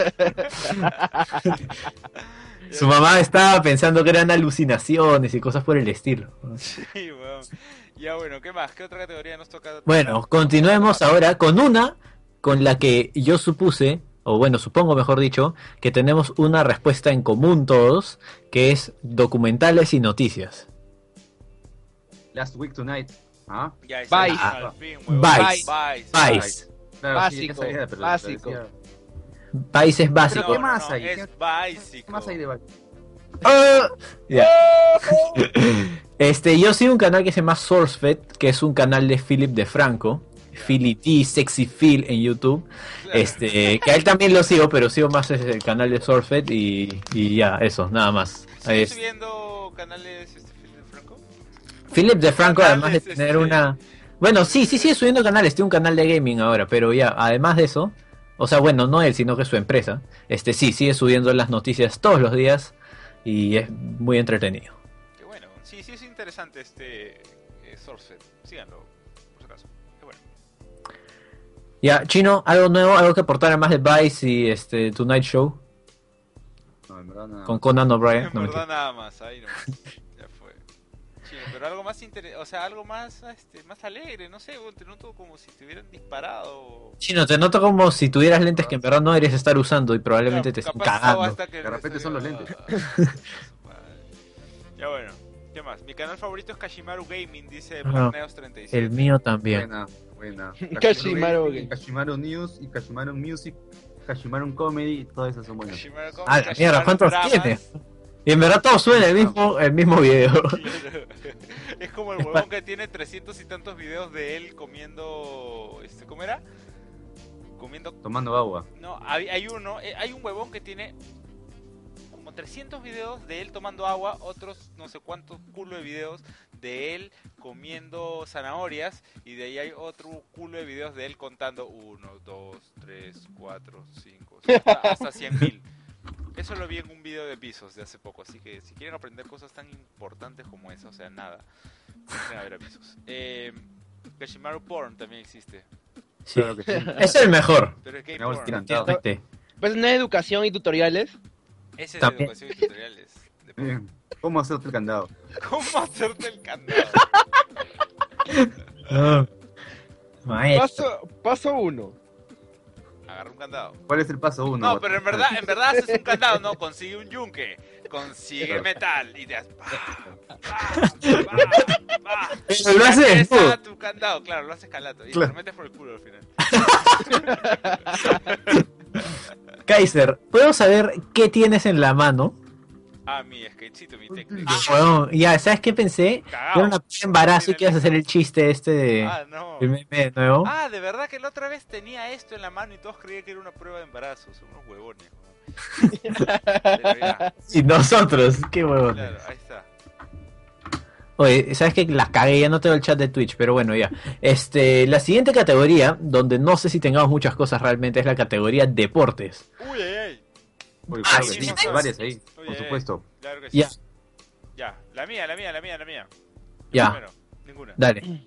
Su mamá estaba pensando que eran alucinaciones y cosas por el estilo. Sí, weón. Ya bueno, ¿qué más? ¿Qué otra categoría nos toca? Bueno, continuemos ahora con una con la que yo supuse, o bueno, supongo mejor dicho, que tenemos una respuesta en común todos, que es documentales y noticias. Last Week Tonight. ¿Ah? Ya está, Vice. al fin, weón. Vice. Vice. Vice. Claro, sí, ya Básico, sabía, pero básico. decía, Vice es básico. ¿Pero qué más hay? Es ¿Qué- básico. ¿Qué más hay de Vice? Ah, ya. Este, yo sigo un canal que se llama SourceFed, que es un canal de Philip DeFranco, Philly T, Sexy Phil en YouTube. Claro. Este, que a él también lo sigo, pero sigo más el canal de SourceFed y, y ya, eso, nada más. ¿Sigues Es- subiendo canales este Phil de Franco? Philip DeFranco, Canales, además de tener este- una... Bueno, sí, sí sigue subiendo canales, tiene un canal de gaming ahora, pero ya, además de eso, o sea, bueno, no él, sino que su empresa, este sí, sigue subiendo las noticias todos los días y es muy entretenido. Qué bueno. Sí, sí es interesante este eh, SourceFed. Síganlo, por si acaso. Qué bueno. Ya, Chino, algo nuevo, algo que aportar además de Vice y este Tonight Show No, en verdad nada. con Conan O'Brien. En No, verdad mentira. nada más, ahí nomás. Ya fue. Chino, pero algo más inter... o sea, algo más este, más alegre, no sé, weón, te noto como si te hubieran disparado. Chino, te noto como si tuvieras lentes que en verdad no deberías estar usando y probablemente te estén Capaz no cagando. basta que De repente son los lentes. Ya bueno, ¿qué más? Mi canal favorito es Kashimaru Gaming, dice Ajá. Blackneos treinta y siete. El mío también. Buena, buena. Kashimaru Gaming, Game. Kashimaru News y Kashimaru Music, Kashimaru Comedy, todas esas son buenas. Kashimaru Ah, la mierda, ¿cuántos Dramas, tiene? Y en verdad todo suena el mismo, el mismo video. Es como el huevón que tiene trescientos y tantos videos de él comiendo, este, ¿cómo era? Comiendo, Tomando agua. no, hay, hay uno, eh, hay un huevón que tiene como trescientos videos de él tomando agua, otros no sé cuántos culo de videos de él comiendo zanahorias, y de ahí hay otro culo de videos de él contando uno, dos, tres, cuatro, cinco, hasta, hasta cien mil. Eso lo vi en un video de Visos de hace poco, así que si quieren aprender cosas tan importantes como esa, o sea, nada, entren a ver a Visos. Eh, Gashimaru Porn también existe, Sí. Claro que sí. Es el mejor. pero es gay Me hago porn. encantado. Este. Pues no es educación y tutoriales. Ese es de También. educación y tutoriales. De porn. Bien. ¿Cómo hacerte el candado? ¿Cómo hacerte el candado? Ah. Maestro. Paso, paso uno. Agarra un candado. ¿Cuál es el paso uno? No, pero en verdad, en verdad haces un candado, no, consigue un yunque, consigue metal y te das pa, pa, pa, pa. Pero lo haces Ahí está desnudo. tu candado, claro, lo haces calato y Claro. te lo metes por el culo al final. Kaiser, ¿puedo saber qué tienes en la mano? Ah, mi skatecito, mi técnica. Bueno, ya, ¿sabes qué pensé? Cagao. Era un embarazo y que ibas a hacer el chiste este de... Ah, no. el meme de nuevo. Ah, de verdad que la otra vez tenía esto en la mano y todos creían que era una prueba de embarazo, son unos huevones. Pero ya, Y nosotros, qué huevón. claro, ahí está. Oye, ¿sabes qué? Las cagué, ya no tengo el chat de Twitch, pero bueno, ya. Este, la siguiente categoría, donde no sé si tengamos muchas cosas realmente, es la categoría deportes. Uy, ay, ay. Uy, Ah, claro que sí, sí, sí. hay varias ahí, Oye, por eh. supuesto. Claro que sí. Ya, Ya, la mía, la mía, la mía, la mía. Yo Ya. primero. Ninguna. dale.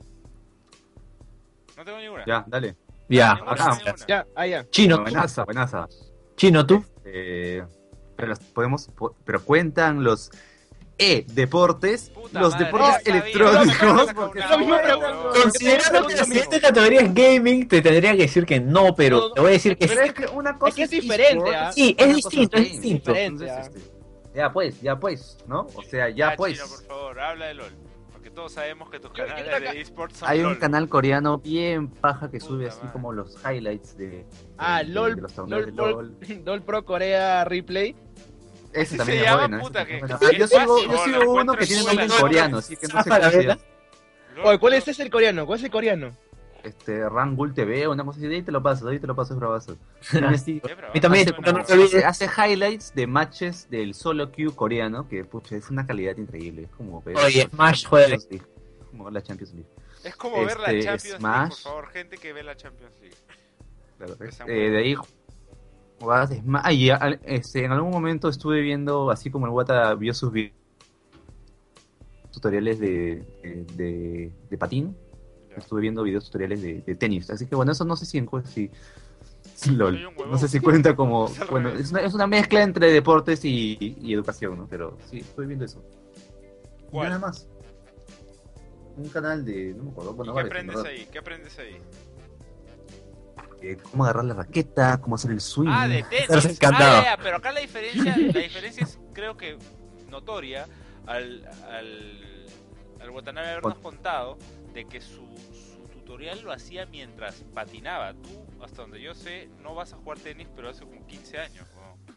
No tengo ninguna. Ya, dale. Ya. Ninguna, acá. ninguna. Ya, ah, ya. Chino, tú. Buenaza, buenaza. Chino, tú. Eh, pero las podemos, po- pero cuentan los e-deportes, Puta los madre, deportes ya sabía, electrónicos. no me porque una Lo mismo hora, pregunto. huevón. Considerando que la siguiente categoría es gaming, te tendría que decir que no, pero No, no, te voy a decir que Pero sí. es que una cosa que es diferente, eSport, ¿ah? Sí, es una cosa distinto, es gaming. distinto. Diferente, Entonces, ¿ah? este, ya pues, ya pues, ¿no? O sea, ya, Ya, pues. Chino, por favor, habla de LOL. Porque todos sabemos que tus Yo- yo canales creo que- de esports son Hay un LOL. canal coreano bien paja que Puta sube así madre. como los highlights de, de- Ah, de- LOL, de los torneos LOL, de LOL. LOL, LOL Pro Corea Replay. Ese Se también es llama, bueno. ese puta, también que- es bueno. que- Ah, que yo es sigo, fácil, yo lo sigo encuentro uno que en tiene Google, nombre en no, coreano, no, así que no sé Zafa la cómo se vela. llama. LOL Oye, ¿cuál Pro- es ese el coreano? ¿Cuál es el coreano? Este, Rangul T V, una cosa así, de ahí te lo paso, de ahí te lo paso, es bravazo. Investiga. Qué bravo, mí también, suena porque no bravo. te olvides. Hace, hace highlights de matches del solo queue coreano, que pucha, es una calidad increíble. Es como ver Oye, Smash la juega. Champions League, como la Champions League. Es como ver la Este, Champions League, Smash. por favor, gente que ve la Champions League. Claro, Que sean eh, de ahí jugadas de Smash. Ah, y al- este, en algún momento estuve viendo, así como el Wata vio sus vi- tutoriales de, de, de- de patín, Ya. estuve viendo videos tutoriales de, de tenis. Así que bueno, eso no sé si en si, si LOL. Soy un huevón. No sé si cuenta como. Es al Bueno, revés. es una, es una mezcla entre deportes y, y educación, ¿no? Pero sí, estoy viendo eso. Y ¿Cuál? nada más. Un canal de. No me acuerdo. ¿Y Bueno, qué varios, aprendes en verdad. ahí? ¿Qué aprendes ahí? Eh, cómo agarrar la raqueta, cómo hacer el swing. Ah, de Hacerse tenis. encantado. Ah, ya, ya, pero acá la diferencia, la diferencia es, creo que notoria al, al, al Watanabe habernos contado de que su, su tutorial lo hacía mientras patinaba. Tú, hasta donde yo sé, no vas a jugar tenis, pero hace como quince años. ¿no?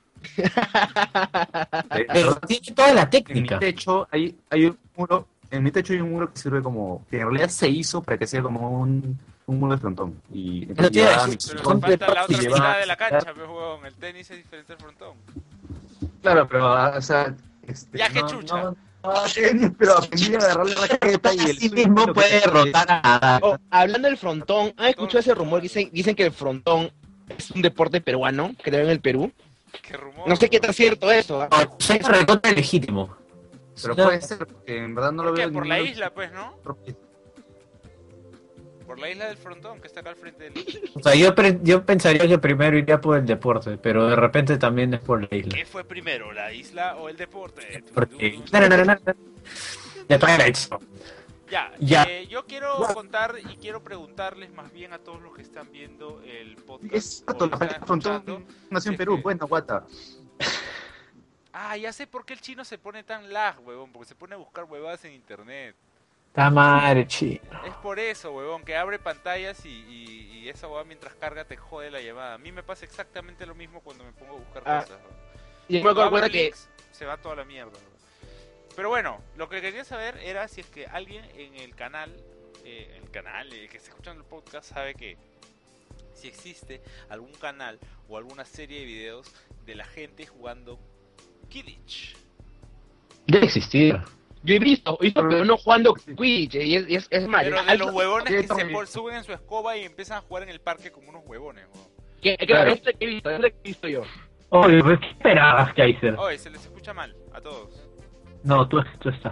Eh, Pero ¿verdad? tiene toda la En mi técnica. techo hay, hay un muro. En mi techo hay un muro que sirve como. Que en realidad se hizo para que sea como un, un muro de frontón. Y entonces te iba a llevaba decir, mi Pero frontón. te falta la y otra llevaba- mitad de la cancha, pues, huevón. El tenis es diferente al frontón. Claro, pero, o sea. Este, Ya, qué no, chucha. No, no, tenis, pero aprendí a agarrar la raqueta y el Así swing mismo lo que puede te- rotar a nada. Oh, hablando del frontón, ¿han escuchado ese rumor? Dicen, dicen que el frontón es un deporte peruano, creado en el Perú. Qué rumor. No sé qué tan cierto eso. ¿ah? No, soy recontra legítimo. Pero No, puede ser, porque en verdad no lo ¿Por qué? veo. Por en la ningún isla, pues, ¿no? otro país. Por la isla del frontón, que está acá al frente del... O sea, yo, pre- yo pensaría que primero iría por el deporte, pero de repente también es por la isla. ¿Qué fue primero, la isla o el deporte? Porque... No, no, no, no, no. De Twilight Zone. Ya, Ya. eh, yo quiero contar y quiero preguntarles más bien a todos los que están viendo el podcast. Es o cierto, lo la están frontón escuchando. nació en es Perú, que- bueno, guata. Ah, ya sé por qué el chino se pone tan lag, huevón, porque se pone a buscar huevadas en internet. Está madre, chino. Es por eso, huevón, que abre pantallas y, y, y esa huevada mientras carga te jode la llamada. A mí me pasa exactamente lo mismo cuando me pongo a buscar Ah. cosas. huevón. Y me acuerdo Abro que... links, se va toda la mierda. Pero bueno, lo que quería saber era si es que alguien en el canal, eh, el canal, el que está escuchando el podcast sabe que si existe algún canal o alguna serie de videos de la gente jugando Quidditch. Debe existir. Yo he visto, he visto, pero no jugando Quidditch, y es, y es, es mal. Pero de Algo- los huevones que se horrible. pol- suben en su escoba y empiezan a jugar en el parque como unos huevones, weón. Que, que, Claro. es lo que he visto, es lo que he visto yo. Oye, pues, ¿qué esperabas, Kaiser? Oye, se les escucha mal a todos. No, tú, tú estás.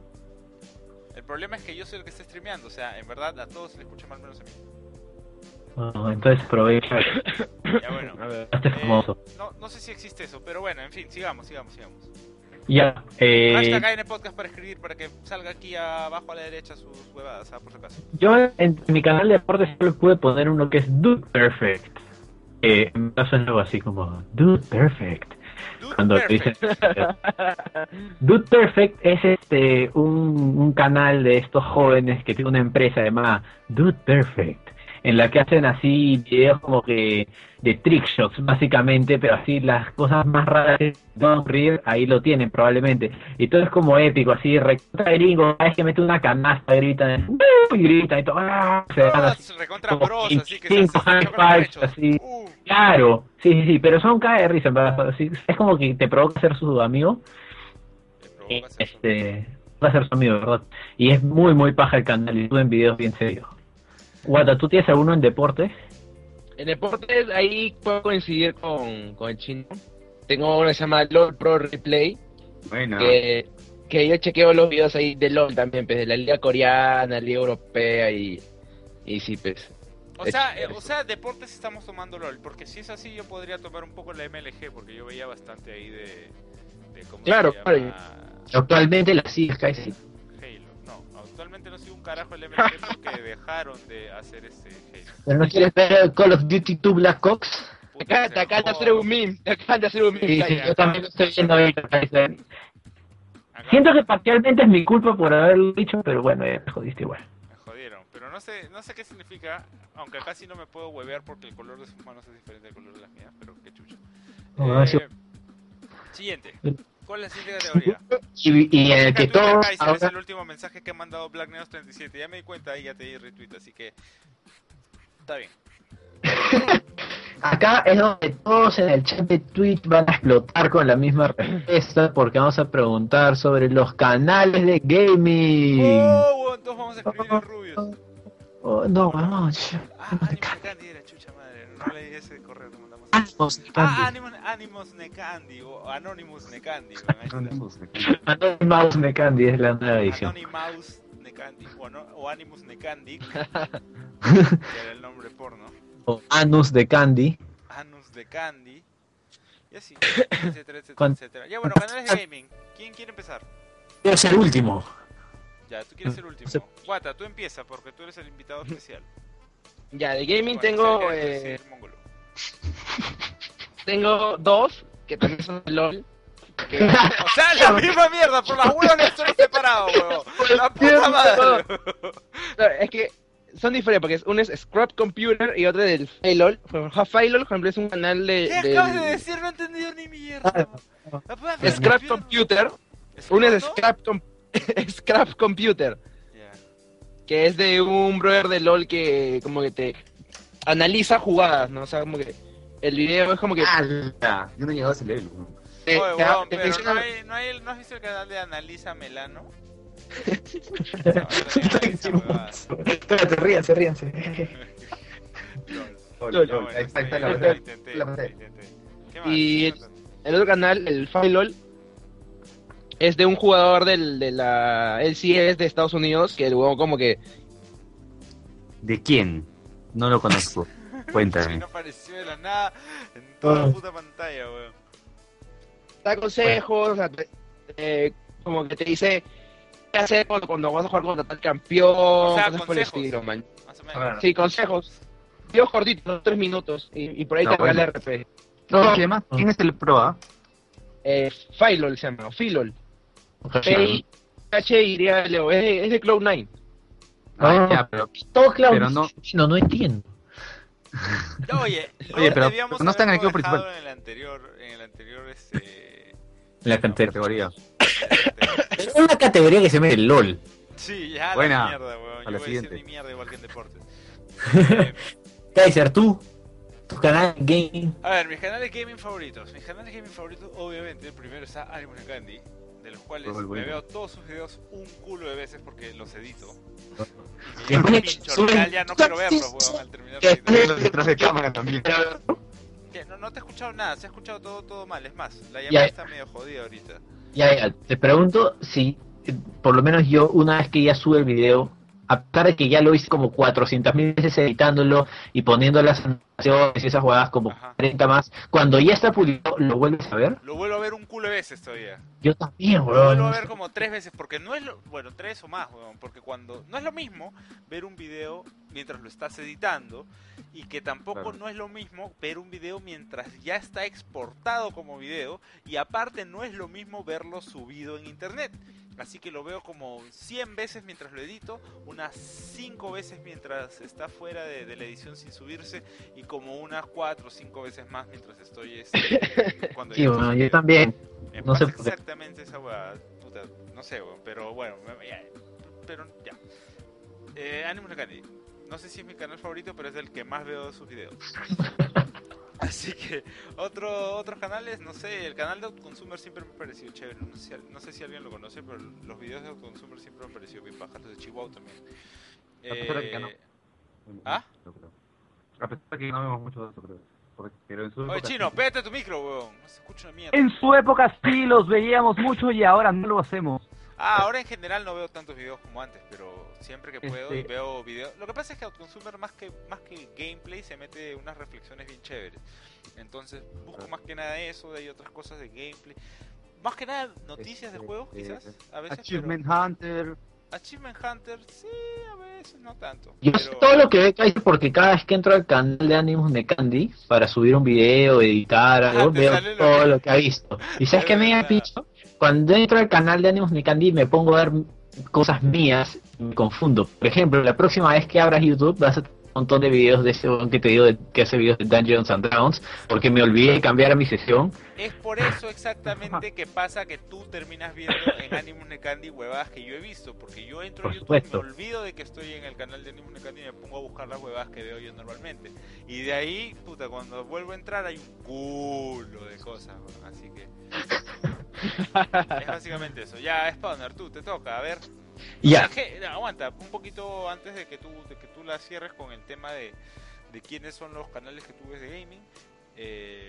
El problema es que yo soy el que está streameando, o sea, en verdad a todos se les escucha mal menos a mí. Oh, entonces aprovecha. Ya bueno. A ver. Hazte Eh, famoso. no, no sé si existe eso, pero bueno, en fin, sigamos, sigamos, sigamos. Ya, eh, Hashtag A N Podcast para escribir, para que salga aquí abajo a la derecha sus huevadas, ¿ah? Por si acaso. yo en mi canal de deportes solo pude poner uno que es Dude Perfect. Eh, en mi caso es algo así como Dude Perfect. Dude Cuando Perfect. dicen Dude Perfect es este un, un canal de estos jóvenes que tiene una empresa llamada Dude Perfect, en la que hacen así videos como que de trick shots básicamente, pero así las cosas más raras que van a ocurrir, ahí lo tienen probablemente, y todo es como épico, así recontra gringo, cada vez que mete una canasta gritan "Uh", y gritan y todo, ¡ah! Se dan así, Todas recontra como pros, así que se, se, cinco se chocan los high pechos. fives, así. Uh, Claro, sí, sí, sí, pero son cae de risa, en verdad, así, es como que te provoca ser su amigo, te y, provoca hacer eso. este, va a ser su amigo, ¿verdad? Y es muy, muy paja el canal y suben videos bien serios. Guata, ¿tú tienes alguno en deportes? En deportes, ahí puedo coincidir con, con el chino. Tengo uno que se llama LOL Pro Replay, Bueno, que, que yo chequeo los videos ahí de LOL también, pues, de la liga coreana, liga europea y, y sí, pues. O es sea, eh, chévere. o sea, deportes estamos tomando LOL, porque si es así yo podría tomar un poco la M L G, porque yo veía bastante ahí de, de cómo Claro, se claro. llama Actualmente la sigues, Kaiser. Halo. No, actualmente no sigo un carajo el M L G porque dejaron de hacer este Halo. ¿Pero no quieres ver el Call of Duty dos Black Ops? Te Puta, acaban, se te acaban de jodan. hacer un meme, te acaban de hacer un meme. Sí, sí, Kaiser. yo también lo estoy viendo ahorita, Kaiser. Acá Siento que parcialmente es mi culpa por haberlo dicho, pero bueno, ya me jodiste igual. me jodieron, pero no sé, no sé qué significa, aunque acá sí no me puedo huevear porque el color de sus manos es diferente al color de las mías, pero qué chucho. No, Eh, sí. Siguiente. ¿Cuál es la siguiente categoría? Y, y en el que Twitter, todos Kaiser, es ahora... el último mensaje que ha mandado Black Neos treinta y siete. Ya me di cuenta y ya te di retweet, así que está bien. Acá es donde todos en el chat de Twitch van a explotar con la misma respuesta porque vamos a preguntar sobre los canales de gaming. Oh, bueno, entonces vamos a escribir en Rubius. Oh, no, vamos. Ah, Animus Necandi era chucha madre. No leí ese correo que mandamos. Animus Ah, Necandi. Animus, Animus Necandi o Anonymous Necandi. weón, ahí está. Anonymous. Anonymous Necandi es la nueva edición. Anonymous Necandi o, ano- o Animus Necandi, que era el nombre porno. O Anus de Candy. Anus de Candy. Y así, etcétera, etcétera, Con- etcétera. Ya bueno, canales de gaming. ¿Quién quiere empezar? Quiero ser el último. Ya, tú quieres ser el último. Se- Guata, tú empieza porque tú eres el invitado especial. Ya, de gaming Bueno, tengo, sí, sí, eh, sí, mongolo. tengo dos, que también son de LOL. Que... O sea, la misma mierda, por las huevas solo separado, huevón. La puta madre. No, es que son diferentes, porque uno es Scrap Computer y otro es del Failol. Failol, por ejemplo, es un canal de... ¿Qué del- acabas de decir? No he entendido ni mierda. Scrap Computer. Uno es ¿Scrap? Scrap, Com- Scrap Computer, Ya. que es de un brother de LOL que como que te analiza jugadas, ¿no? O sea, como que el video es como que... ¡Hala! Yo no he llegado a ese level. te- Oye, te- huevón, te pero menciona- ¿no, hay, no, hay, ¿no has visto el canal de Analiza Melano? Espérate, ríanse, ríanse. Lol. Lol, Ya, bueno, ahí está, ahí está la este, pantalla. intenté, La pantalla. intenté. ¿Qué más? Y- Cuéntame. El otro canal, el Failol, es de un jugador del, de la L C S de Estados Unidos, que el huevón como que... ¿De quién? No lo conozco. Sí, Cuéntame. no apareció de la nada en toda la Ah. puta pantalla, weón. da consejos, o sea, te- eh, como que te dice qué hacer cuando, cuando vas a jugar contra tal campeón, O sea, cosas por el consejos. estilo, man. Más o menos. Sí, consejos. Videos cortitos, ¿no? tres minutos, y, y por ahí No, te regala bueno. R P. ¿Cómo se llama? ¿Quién es el pro? ah? Eh, Failol se llama, Filol. P H Y L O, es, es de Cloud nine. Ah, ya, pero Todo Cloud Pero no- no, no entiendo. Oye, Oye, lo pero- debíamos pero no está en el haberlo equipo dejado principal. en el anterior, en el anterior, este... La no, cantera. Categoría. Es una categoría que se llama el LOL. Sí, ya Buena. la mierda, weón. A Yo la voy a decir siguiente. ni mierda igual que en deportes. Eh, Kaiser, tú, tu canal de gaming. a ver, mis canales gaming favoritos. Mis canales gaming favoritos, obviamente, el primero está Animal Candy, de los cuales Oh, el me bueno. veo todos sus videos un culo de veces porque los edito. Y Qué me bueno. pincho, al final ya no quiero verlos, weón, al terminar de editar. Los detrás de cámara también. ¿Qué? No, no te he escuchado nada, se ha escuchado todo, todo mal. Es más, la Ya. llamada está medio jodida ahorita. Ya, ya, te pregunto si, eh, por lo menos yo, una vez que ya sube el video, a pesar de que ya lo hice como cuatrocientas mil veces editándolo y poniendo las animaciones y esas jugadas como Ajá. cuarenta más, cuando ya está publicado, ¿lo vuelves a ver? Lo vuelvo a ver un culo de veces todavía. Yo también, Lo vuelvo a weón. ver como tres veces, porque no es lo... Bueno, tres o más, weón, porque cuando... No es lo mismo ver un video mientras lo estás editando, y que tampoco Claro. no es lo mismo ver un video mientras ya está exportado como video, y aparte no es lo mismo verlo subido en internet. Así que lo veo como cien veces mientras lo edito, unas cinco veces mientras está fuera de, de la edición sin subirse, y como unas cuatro o cinco veces más mientras estoy este, cuando Sí, ya está bueno, yo subido. también. Me No sé pasa por qué. exactamente esa weá, puta, no sé, weón, pero bueno, me- ya, pero ya. Eh, Animal Candy, no sé si es mi canal favorito, pero es el que más veo de sus videos. Así que, otro, otros canales, no sé, el canal de Outconsumer siempre me ha parecido chévere, no sé, si, no sé si alguien lo conoce, pero los videos de Outconsumer siempre me han parecido bien bajas, los de Chihuahua también. A pesar de que ya no. Eh, ¿Ah? Yo creo. A pesar de que no vemos mucho de eso, creo. Porque- Pero en su Oye, época Chino, sí. pégate a tu micro, weón, no se escucha una mierda. En su época sí los veíamos mucho y ahora no lo hacemos. Ah, ahora en general no veo tantos videos como antes, pero siempre que puedo Este- veo videos. Lo que pasa es que Outconsumer más que más que gameplay se mete unas reflexiones bien chéveres. Entonces busco más que nada eso, de ahí otras cosas de gameplay. Más que nada noticias de Este, juegos, eh, quizás, a veces. Achievement Hunter. Pero Achievement Hunter, sí, a veces, no tanto. Yo pero... sé todo lo que ve Kaiser porque cada vez que entro al canal de Animus de Candy para subir un video, editar algo, Ah, te veo sale lo todo que- lo que ha visto. ¿Y sabes Es qué me ha verdad. dicho? Cuando entro al canal de Animus de Candy me pongo a ver cosas mías y me confundo. Por ejemplo, la próxima vez que abras YouTube vas a tener un montón de videos de ese weón que te digo de- que hace videos de Dungeons and Dragons porque me olvidé de cambiar a mi sesión. Es por eso exactamente que pasa que tú terminas viendo en Animus de Candy huevadas que yo he visto, porque yo entro Por a YouTube, supuesto. me olvido de que estoy en el canal de Animus de Candy y me pongo a buscar las huevadas que veo yo normalmente. Y de ahí, puta, cuando vuelvo a entrar hay un culo de cosas, ¿no? Así que es básicamente eso. Ya, Spawner, tú, te toca, a ver. Ya. Je- no, aguanta, un poquito antes de que tú de que tú la cierres con el tema de, de quiénes son los canales que tú ves de gaming. Eh,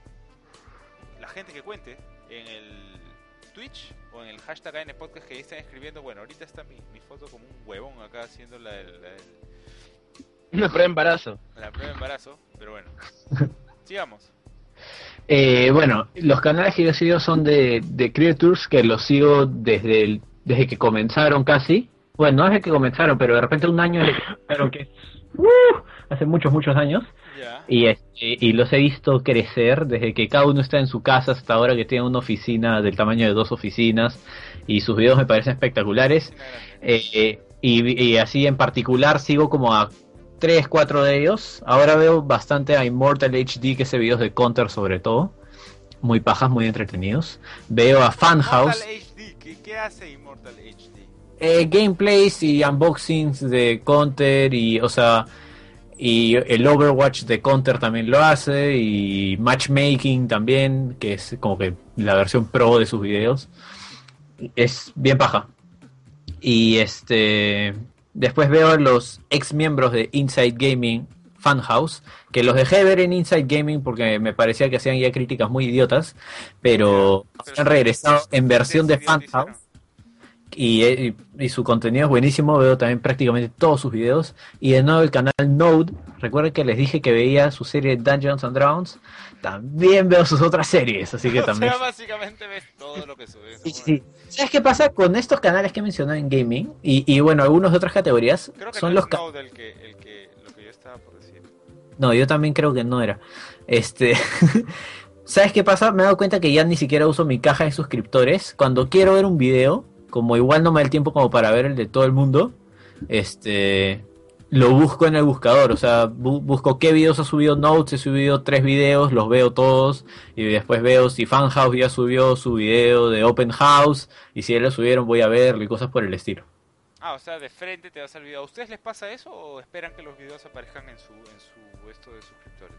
la gente que cuente en el Twitch o en el hashtag A N Podcast que ahí están escribiendo. Bueno, ahorita está mi, mi foto como un huevón acá haciendo la, del- la, del- Una prueba de embarazo. la prueba de embarazo, pero bueno. Sigamos. Eh, bueno, los canales que yo sigo son de, de Creatures, que los sigo desde el, desde que comenzaron casi. Bueno, no desde que comenzaron, pero de repente un año desde que comenzaron, que uh, hace muchos, muchos años. Ya. Y, este, y los he visto crecer desde que cada uno está en su casa hasta ahora que tiene una oficina del tamaño de dos oficinas. Y sus videos me parecen espectaculares. Eh, eh, y, y así en particular sigo como a tres, cuatro de ellos. Ahora veo bastante a Immortal H D, que hace videos de Counter sobre todo. Muy pajas, muy entretenidos. Veo a Funhouse. Immortal H D, ¿qué, qué hace Immortal H D? Eh, gameplays y unboxings de Counter y, o sea, y el Overwatch de Counter también lo hace y matchmaking también, que es como que la versión pro de sus videos. Es bien paja. Y este, después veo los ex miembros de Inside Gaming, Funhouse, que los dejé ver en Inside Gaming porque me parecía que hacían ya críticas muy idiotas, pero Pero han regresado en versión de Decidieron, Funhouse. Y, y, y su contenido es buenísimo, veo también prácticamente todos sus videos. Y de nuevo el canal Node, recuerden que les dije que veía su serie Dungeons and Dragons, también veo sus otras series, así que O también... sea, básicamente ves todo lo que subes. Sí, sí. ¿Sabes qué pasa con estos canales que he mencionado en gaming? Y, y bueno, algunos de otras categorías Creo que son no los es ca- Node el que, el que, lo que yo estaba por decir. No, yo también creo que no era. Este... ¿Sabes qué pasa? Me he dado cuenta que ya ni siquiera uso mi caja de suscriptores. Cuando quiero ver un video, como igual no me da el tiempo como para ver el de todo el mundo, este lo busco en el buscador, o sea, bu- busco qué videos ha subido Notes, he subido tres videos, los veo todos, y después veo si Funhouse ya subió su video de Open House, y si él lo subieron voy a verlo y cosas por el estilo. Ah, o sea, de frente te vas al video. ¿A ustedes les pasa eso o esperan que los videos aparezcan en su, en su esto de suscriptores?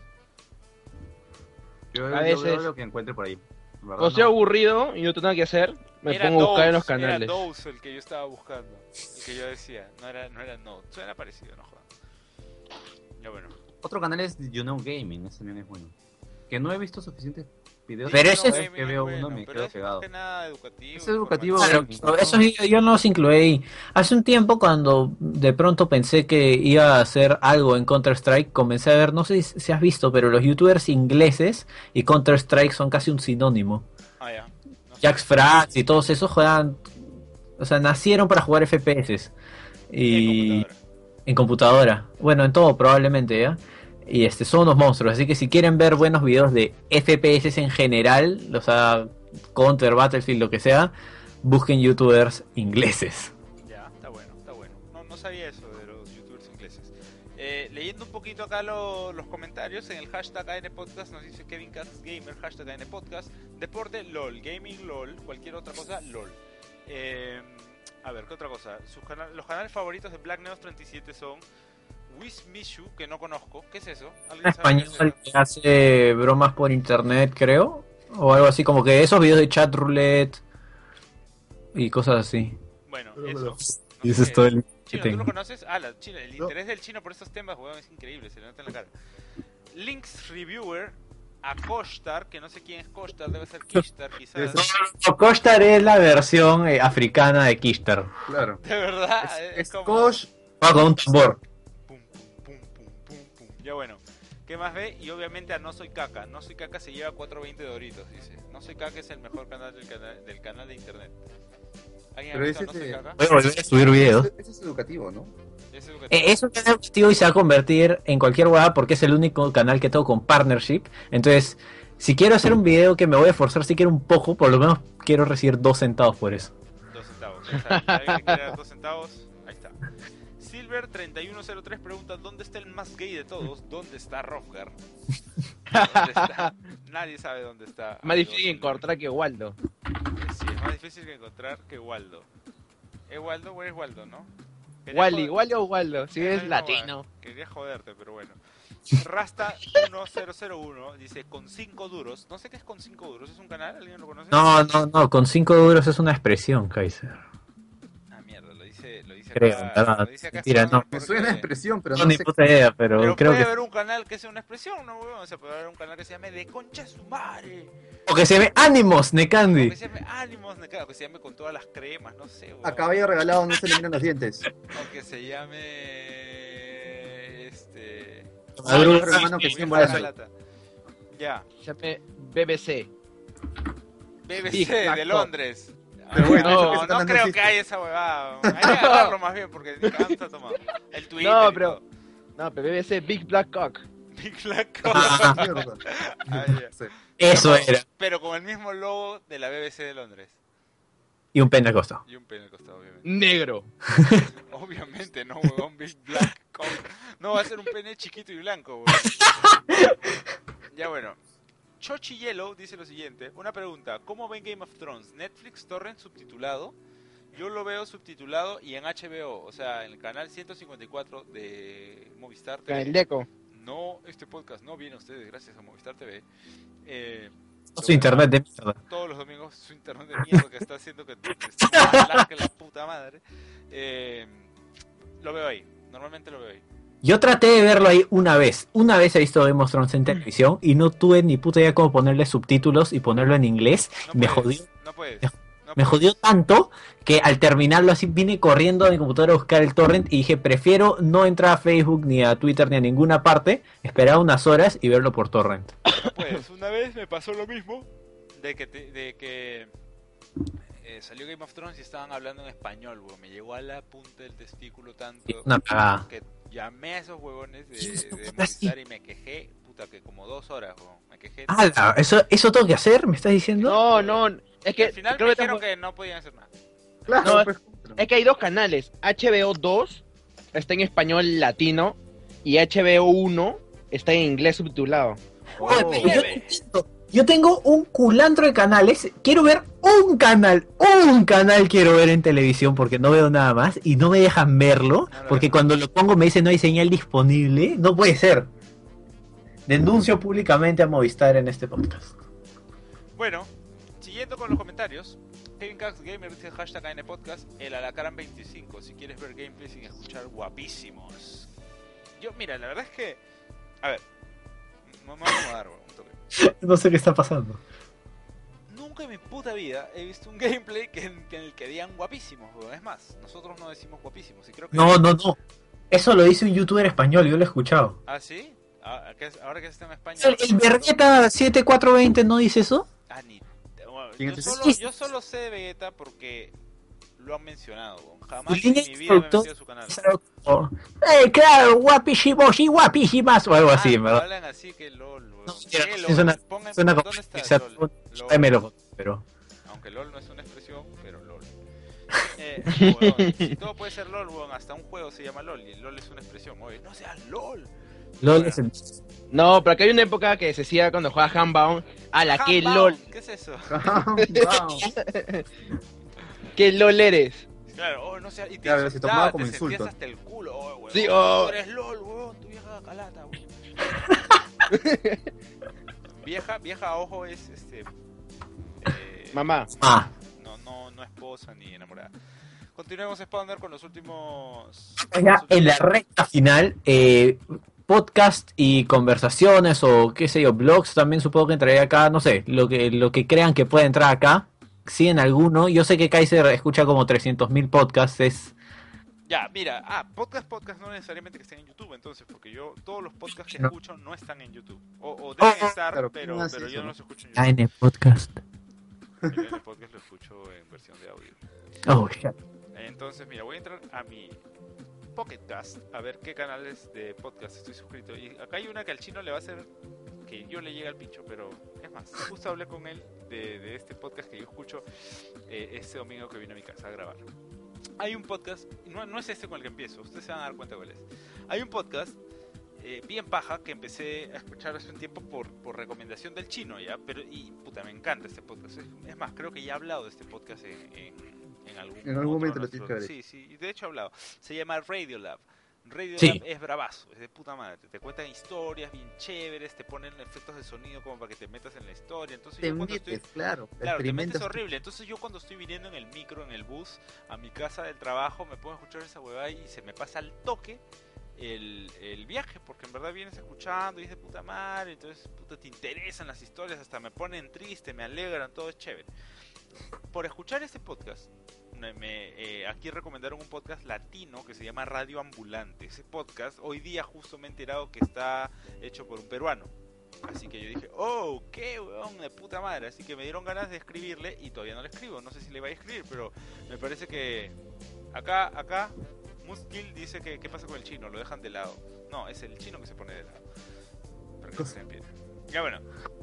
Yo, A yo veces- veo lo que encuentre por ahí. ¿Verdad? Cuando estoy No. aburrido y no tengo nada que hacer, me Era pongo a buscar en los Dose, canales. Era Dose el que yo estaba buscando, el que yo decía, no era, no era Note, suena parecido, no jodan. Ya bueno. Otro canal es You Know Gaming, ese también es bueno. Que no he visto suficientes videos. Pero Sí, ese no, es- gaming que veo bueno, uno me pero quedo es pegado. más que nada educativo. Es educativo, informativo. Claro, eso yo, yo no los incluí ahí. Hace un tiempo cuando de pronto pensé que iba a hacer algo en Counter-Strike, comencé a ver, no sé si si has visto, pero los youtubers ingleses y Counter-Strike son casi un sinónimo. Ah, ya. No sé. Jax Frax y todos esos juegan, o sea, nacieron para jugar F P S. Y En computadora. en computadora. Bueno, en todo probablemente, ¿ya? Y este son unos monstruos, así que si quieren ver buenos videos de F P S en general, o sea, Counter, Battlefield, lo que sea, busquen youtubers ingleses. Ya, está bueno, está bueno. No, no sabía eso de los youtubers ingleses. Eh, leyendo un poquito acá lo- los comentarios, en el hashtag A N Podcast nos dice Kevin Katz Gamer, hashtag A N Podcast, deporte LOL, gaming LOL, cualquier otra cosa LOL. Eh, a ver, ¿qué otra cosa? Sus cana- los canales favoritos de Black Neos treinta y siete son Wiz Mishu, que no conozco. ¿Qué es eso? ¿Alguien sabe qué es Español eso? que hace bromas por internet, creo, o algo así, como que esos videos de chat roulette y cosas así. Bueno, Pero, eso. pero- No Y ese sé. es todo el que Chino, ¿tú lo tengo. conoces? Ah, la China, el No. interés del chino por estos temas, weón, es increíble, se le nota en la cara. Links Reviewer a Kostar, que no sé quién es Kostar, debe ser Kishtar, quizás. Eso. Kostar es la versión eh, africana de Kishtar. Claro. De verdad, Es, es, es como... Kosh. Va con un tambor. Pum, pum, pum, pum, pum. Ya bueno, ¿qué más ve? Y obviamente a No Soy Caca. No Soy Caca se lleva cuatrocientos veinte doritos, dice. No Soy Caca es el mejor canal del canal, del canal de internet. ¿Alguien ha Pero visto ese No Soy es, Caca? Voy a volver a subir videos. Ese, ese es educativo, ¿no? Es educativo. Eh, Es un canal objetivo y se va a convertir en cualquier hueá porque es el único canal que tengo con partnership. Entonces, si quiero hacer un video que me voy a esforzar, si quiero un poco, por lo menos quiero recibir dos centavos por eso. Dos centavos. Ahí está. Si alguien le quiere dar dos centavos, ahí está. Silver treinta y uno cero tres pregunta: ¿dónde está el más gay de todos? ¿Dónde está Rofgar? ¿Dónde está? Nadie sabe dónde está. Más difícil Silver. encontrar que Waldo. Sí, es más difícil que encontrar que Waldo. ¿Es Waldo o es Waldo, no? Quería Wally, joder- Wally o Waldo, si Esa es misma latino. hueá. Quería joderte, pero bueno. Rasta uno cero cero uno dice con cinco duros. No sé qué es con cinco duros. ¿Es un canal? ¿Alguien lo conoce? No, no, no, con cinco euros es una expresión, Kaiser. Ah, mierda, lo dice, lo dice Creo, acá. no, lo dice acá mentira, Esteban no. Me porque- suena expresión, pero No, no ni sé. puta idea, pero, Pero creo puede que... haber un canal que sea una expresión, ¿no, weón? O sea, puede haber un canal que se llame De Concha su madre. O que se ve ánimos, O Nekandi. que se llame Ánimos, de cada- o que se llame con todas las cremas, no sé, weón. A caballo regalado no se le miran los dientes. O que se llame... Este... Maduro, Ay, hermano, sí, que sí, sí, sí, por la eso. lata. Ya, Llame B B C. B B Big C Black de Cock. Londres. Pero bueno, no, eso que ese no canal no creo existe. que haya esa huevada. Hay que agarrarlo más bien porque ni cagando está tomado. El Twitter No, y pero- todo. No, pero B B C Big Black Cock. Big Black Cock. Mierda. Ah, ya. Sí. Eso era. Pero con el mismo logo de la B B C de Londres. Y un pene al costado. Y un pene al costado, obviamente. Negro. Obviamente, no, huevón, Big Black Cock. No, va a ser un pene chiquito y blanco, huevón. Ya bueno. Chochi Yellow dice lo siguiente. Una pregunta. ¿Cómo ven Game of Thrones? ¿Netflix, torrent, subtitulado? Yo lo veo subtitulado y en H B O. O sea, en el canal ciento cincuenta y cuatro de Movistar Con el T V. Deco. No, este podcast no viene a ustedes gracias a Movistar T V. Eh, lo Su veo internet de mierda. todos los domingos, su internet de mierda que está haciendo que esté más larga que la puta madre. Eh, lo veo ahí, normalmente lo veo ahí. Yo traté de verlo ahí una vez. Una vez he visto Game of Thrones en televisión y no tuve ni puta idea cómo ponerle subtítulos y ponerlo en inglés. No me puedes, jodió. No puedes. Me- no Me puedes. jodió tanto que al terminarlo así vine corriendo a mi computadora a buscar el torrent y dije, prefiero no entrar a Facebook ni a Twitter ni a ninguna parte, esperar unas horas y verlo por torrent. No puedes. Una vez me pasó lo mismo de que, te- de que eh, salió Game of Thrones y estaban hablando en español, weón. Me llegó a la punta del testículo tanto Una cagada. que llamé a esos huevones de, Dios, no de puedo así. Movistar y me quejé, puta, que como dos horas, weón. Me quejé. ¡Hala! ¿Eso, ¿Eso tengo que hacer? ¿Me estás diciendo? No, no. Es que Al final creo me que dijeron estamos- que no podían hacer nada. Claro, No, pues. es que hay dos canales, H B O dos está en español latino y H B O uno está en inglés subtitulado. Oye, Oh, pero yo, bebé. yo tengo un culantro de canales. Quiero ver un canal, un canal quiero ver en televisión porque no veo nada más y no me dejan verlo No lo porque dejan. cuando lo pongo me dice no hay señal disponible. No puede ser. Denuncio públicamente a Movistar en este podcast. Bueno, siguiendo con los comentarios, Kevin Cax Gamer dice hashtag A N Podcast, el Alacaran veinticinco, si quieres ver gameplay sin escuchar guapísimos. Yo, mira, la verdad es que, a ver, me voy a acomodar, weón, un toque. No sé qué está pasando. Nunca en mi puta vida he visto un gameplay que en, que en el que digan guapísimos, weón. Es más, nosotros no decimos guapísimos y creo que... No, no, no. Eso lo dice un youtuber español, yo lo he escuchado. ¿Ah, sí? Ah, ¿qué es- ahora que está en España... ¿El, el Vegeta siete cuatro veinte no dice eso? Ah, ni... bueno, ¿Quién yo, es solo, ese? yo solo sé de Vegeta porque lo han mencionado, weón. Jamás Su línea en mi vida me he instructor- metido a su canal. ¡Eh, claro! Guapísimos y guapísimas. O algo así, Ah, en verdad. hablan así que LOL, weón. No, ¿Qué sí, LOL? suena- Pongan- suena como ¿dónde está que sea LOL? un- LOL. Ay, me lo- pero... Aunque LOL no es una expresión, pero LOL. Eh, no, weón, si todo puede ser LOL, weón. Hasta un juego se llama LOL y el LOL es una expresión. Oye, no seas LOL. LOL Bueno. es el... No, pero acá hay una época que se decía cuando jugaba Handbound, a la que Handbound, LOL, ¿qué es eso? Wow. que LOL eres. Claro, oh, no seas... Y te Claro, se insultaba, tomaba te como sentías insulto. hasta el culo, oh, weón. Sí, Tú oh. eres LOL, weón. Tu vieja calata, weón. Vieja, vieja, ojo, es este... eh, Mamá. Ah, No, no, no esposa ni enamorada. Continuemos, Spawner, con los últimos... ya los en la últimos- recta final, eh, podcast y conversaciones o qué sé yo, blogs también supongo que entraría acá, no sé, lo que, lo que crean que puede entrar acá. Si en alguno, yo sé que Kaiser escucha como trescientos mil podcasts, es... Ya, mira, ah, podcast, podcast no necesariamente que estén en YouTube, entonces, porque yo, todos los podcasts que No. escucho no están en YouTube. O, o deben Oh, estar, claro, pero, ¿cómo hace pero eso, yo no no? los escucho en YouTube. A N Podcast. Yo el podcast lo escucho en versión de audio. Oh, shit. Entonces, mira, voy a entrar a mi Pocketcast a ver qué canales de podcast estoy suscrito. Y acá hay una que al chino le va a hacer que yo le llegue al pincho, pero es más, justo hablé con él de, de este podcast que yo escucho eh, este domingo que vino a mi casa a grabar. Hay un podcast, no, no es este con el que empiezo, ustedes se van a dar cuenta cuál es. Hay un podcast eh, bien paja que empecé a escuchar hace un tiempo por, por recomendación del chino, ya, pero y puta, me encanta este podcast. Es, es más, creo que ya he hablado de este podcast en, en, en algún, En algún otro momento lo de tienes nuestros- que haber Sí, sí, de hecho he hablado. Se llama Radiolab. Radiolab Sí. es bravazo, es de puta madre. Te cuentan historias bien chéveres, te ponen efectos de sonido como para que te metas en la historia. Entonces Te yo cuando estoy... metes, claro. Claro, te metes experimentas. horrible. Entonces yo cuando estoy viniendo en el micro, en el bus, a mi casa del trabajo, me pongo a escuchar esa huevada y se me pasa al toque el, el viaje, porque en verdad vienes escuchando y es de puta madre, entonces puta, te interesan las historias, hasta me ponen triste, me alegran, todo es chévere. Por escuchar este podcast, me, me, eh, aquí recomendaron un podcast latino que se llama Radio Ambulante. Ese podcast, hoy día justo me he enterado que está hecho por un peruano. Así que yo dije, oh, qué weón, de puta madre. Así que me dieron ganas de escribirle y todavía no le escribo. No sé si le voy a escribir, pero me parece que acá, acá, Muskil dice que qué pasa con el chino, lo dejan de lado. No, es el chino que se pone de lado. Para que no se empiece. Ya bueno.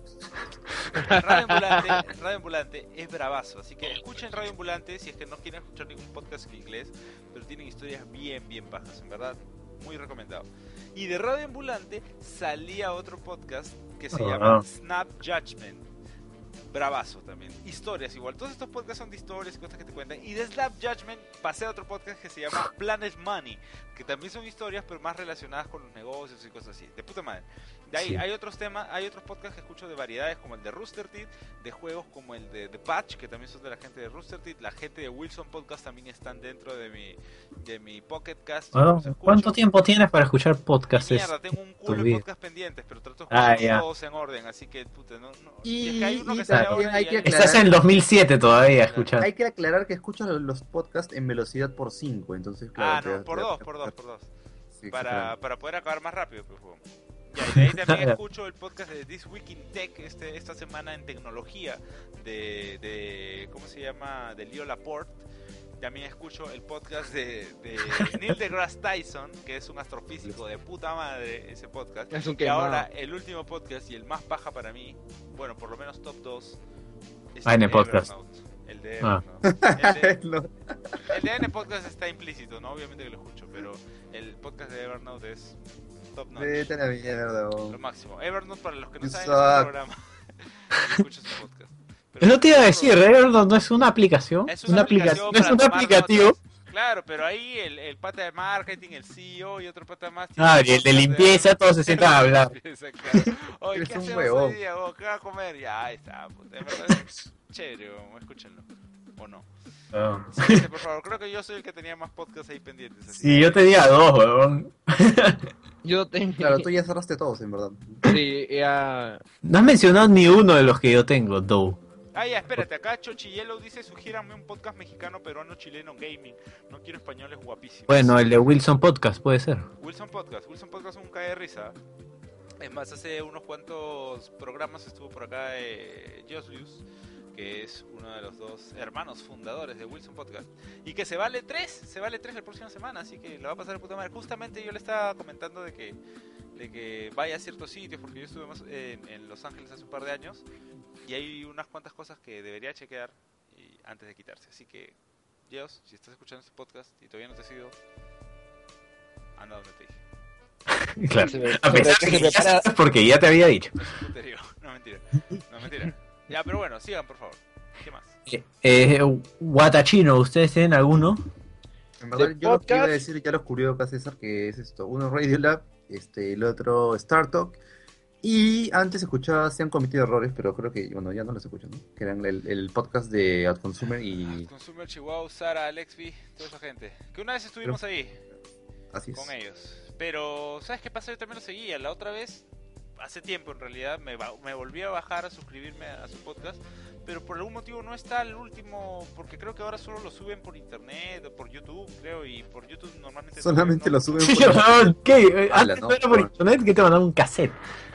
Radio Ambulante, Radio Ambulante es bravazo, así que escuchen Radio Ambulante si es que no quieren escuchar ningún podcast en inglés, pero tienen historias bien, bien bajas, en verdad, muy recomendado. Y de Radio Ambulante salía otro podcast que se Oh, llama no. Snap Judgment. Bravazo también. Historias igual. Todos estos podcasts son de historias y cosas que te cuentan. Y de Snap Judgment pasé a otro podcast que se llama Planet Money, que también son historias pero más relacionadas con los negocios y cosas así. De puta madre. De ahí Sí. hay otros temas, hay otros podcasts que escucho de variedades como el de Rooster Teeth, de juegos como el de The Patch, que también son de la gente de Rooster Teeth. La gente de Wilson Podcast también están dentro de mi de mi Pocket Cast. Bueno, Los escucho. ¿cuánto tiempo tienes para escuchar podcasts? Mierda, tengo un culo de vida. podcasts pendientes, pero trato de Ah, escucharlos ya. todos en orden, así que puta, no, no. Y- si es que hay uno y que sale también ahora hay y que hay- aclarar- Estás en el dos mil siete todavía escuchando. Hay que aclarar que escucho los podcasts en velocidad por cinco, entonces Ah, claro. no, te- por te- dos, te- por dos, por dos. sí, Para, exactamente. para poder acabar más rápido, pues, juego. Ya, y de ahí también escucho el podcast de This Week in Tech, este, esta semana en tecnología, de, de ¿cómo se llama? De Leo Laporte. También escucho el podcast de, de Neil deGrasse Tyson, que es un astrofísico de puta madre, ese podcast. Es un Y quemado. ahora, el último podcast y el más paja para mí, bueno, por lo menos top dos, es Ah, en el de podcast. Evernote. El de Ah. Evernote. El de, No. el de N Podcast está implícito, ¿no? Obviamente que lo escucho, pero el podcast de Evernote es top notch. Vete a la mierda, Lo weón. máximo. Evernote, para los que no You saben, es un suck. programa. Y escucho su podcast. Pero No te iba a es un decir, programa. Evernote no es una aplicación. Es una aplicación no es para un tomar aplicativo. notas. Claro, pero ahí el, el pata de marketing, el C E O y otro pata más. tiene Ah, un y el de podcast limpieza, todos se sientan a hablar. Limpieza, claro. Oye, Eres ¿qué un hacemos huevón. hoy día? Oh, ¿qué va a comer? Ya, ahí está. Puta, en verdad es chévere, weón, escúchenlo. ¿O no? Ah. Siguiente, por favor. Creo que yo soy el que tenía más podcasts ahí pendientes. Así. Sí, yo tenía dos, weón. Yo tengo... Claro, tú ya cerraste todos, en verdad. Sí, ya... No has mencionado ni uno de los que yo tengo, though. Ah, ya, espérate. Acá Chochi Yellow dice: sugiérame un podcast mexicano, peruano, chileno, gaming. No quiero españoles guapísimos. Bueno, el de Wilson Podcast puede ser. Wilson Podcast. Wilson Podcast es un cae de risa. Es más, hace unos cuantos programas estuvo por acá eh, Joslius, que es uno de los dos hermanos fundadores de Wilson Podcast. Y que se vale tres, se vale tres la próxima semana, así que lo va a pasar de puta madre. Justamente yo le estaba comentando de que, de que vaya a ciertos sitios, porque yo estuve más en, en Los Ángeles hace un par de años, y hay unas cuantas cosas que debería chequear y, antes de quitarse. Así que, Dios, si estás escuchando este podcast y todavía no te has ido, anda donde te dije. Claro. Se me- A pesar se de me que ya prepara- sabes porque ya te había dicho. Te digo, no mentira, no mentira. Ya, pero bueno, sigan por favor. ¿Qué más? Eh, Guatachino, ¿ustedes tienen alguno? En verdad, De yo lo que iba a podcast. decir ya lo descubrió acá César, que es esto. Uno Radiolab, este, el otro Star Talk. Y antes escuchaba, se han cometido errores, pero creo que, bueno, ya no los escucho, ¿no? Que eran el, el podcast de Outconsumer y Consumer, Chihuahua, Sara, Alexby, toda esa gente. Que una vez estuvimos ahí así es. con ellos. Pero, ¿sabes qué pasa? Yo también lo seguía. La otra vez, hace tiempo en realidad, me, ba- me volví a bajar a suscribirme a su podcast. Pero por algún motivo no está el último, porque creo que ahora solo lo suben por internet o por YouTube, creo. Y por YouTube normalmente... no- Solamente no- lo suben Sí, por... weón, ¿qué? Ala, Antes no, no era por weón. internet que te mandaban un cassette.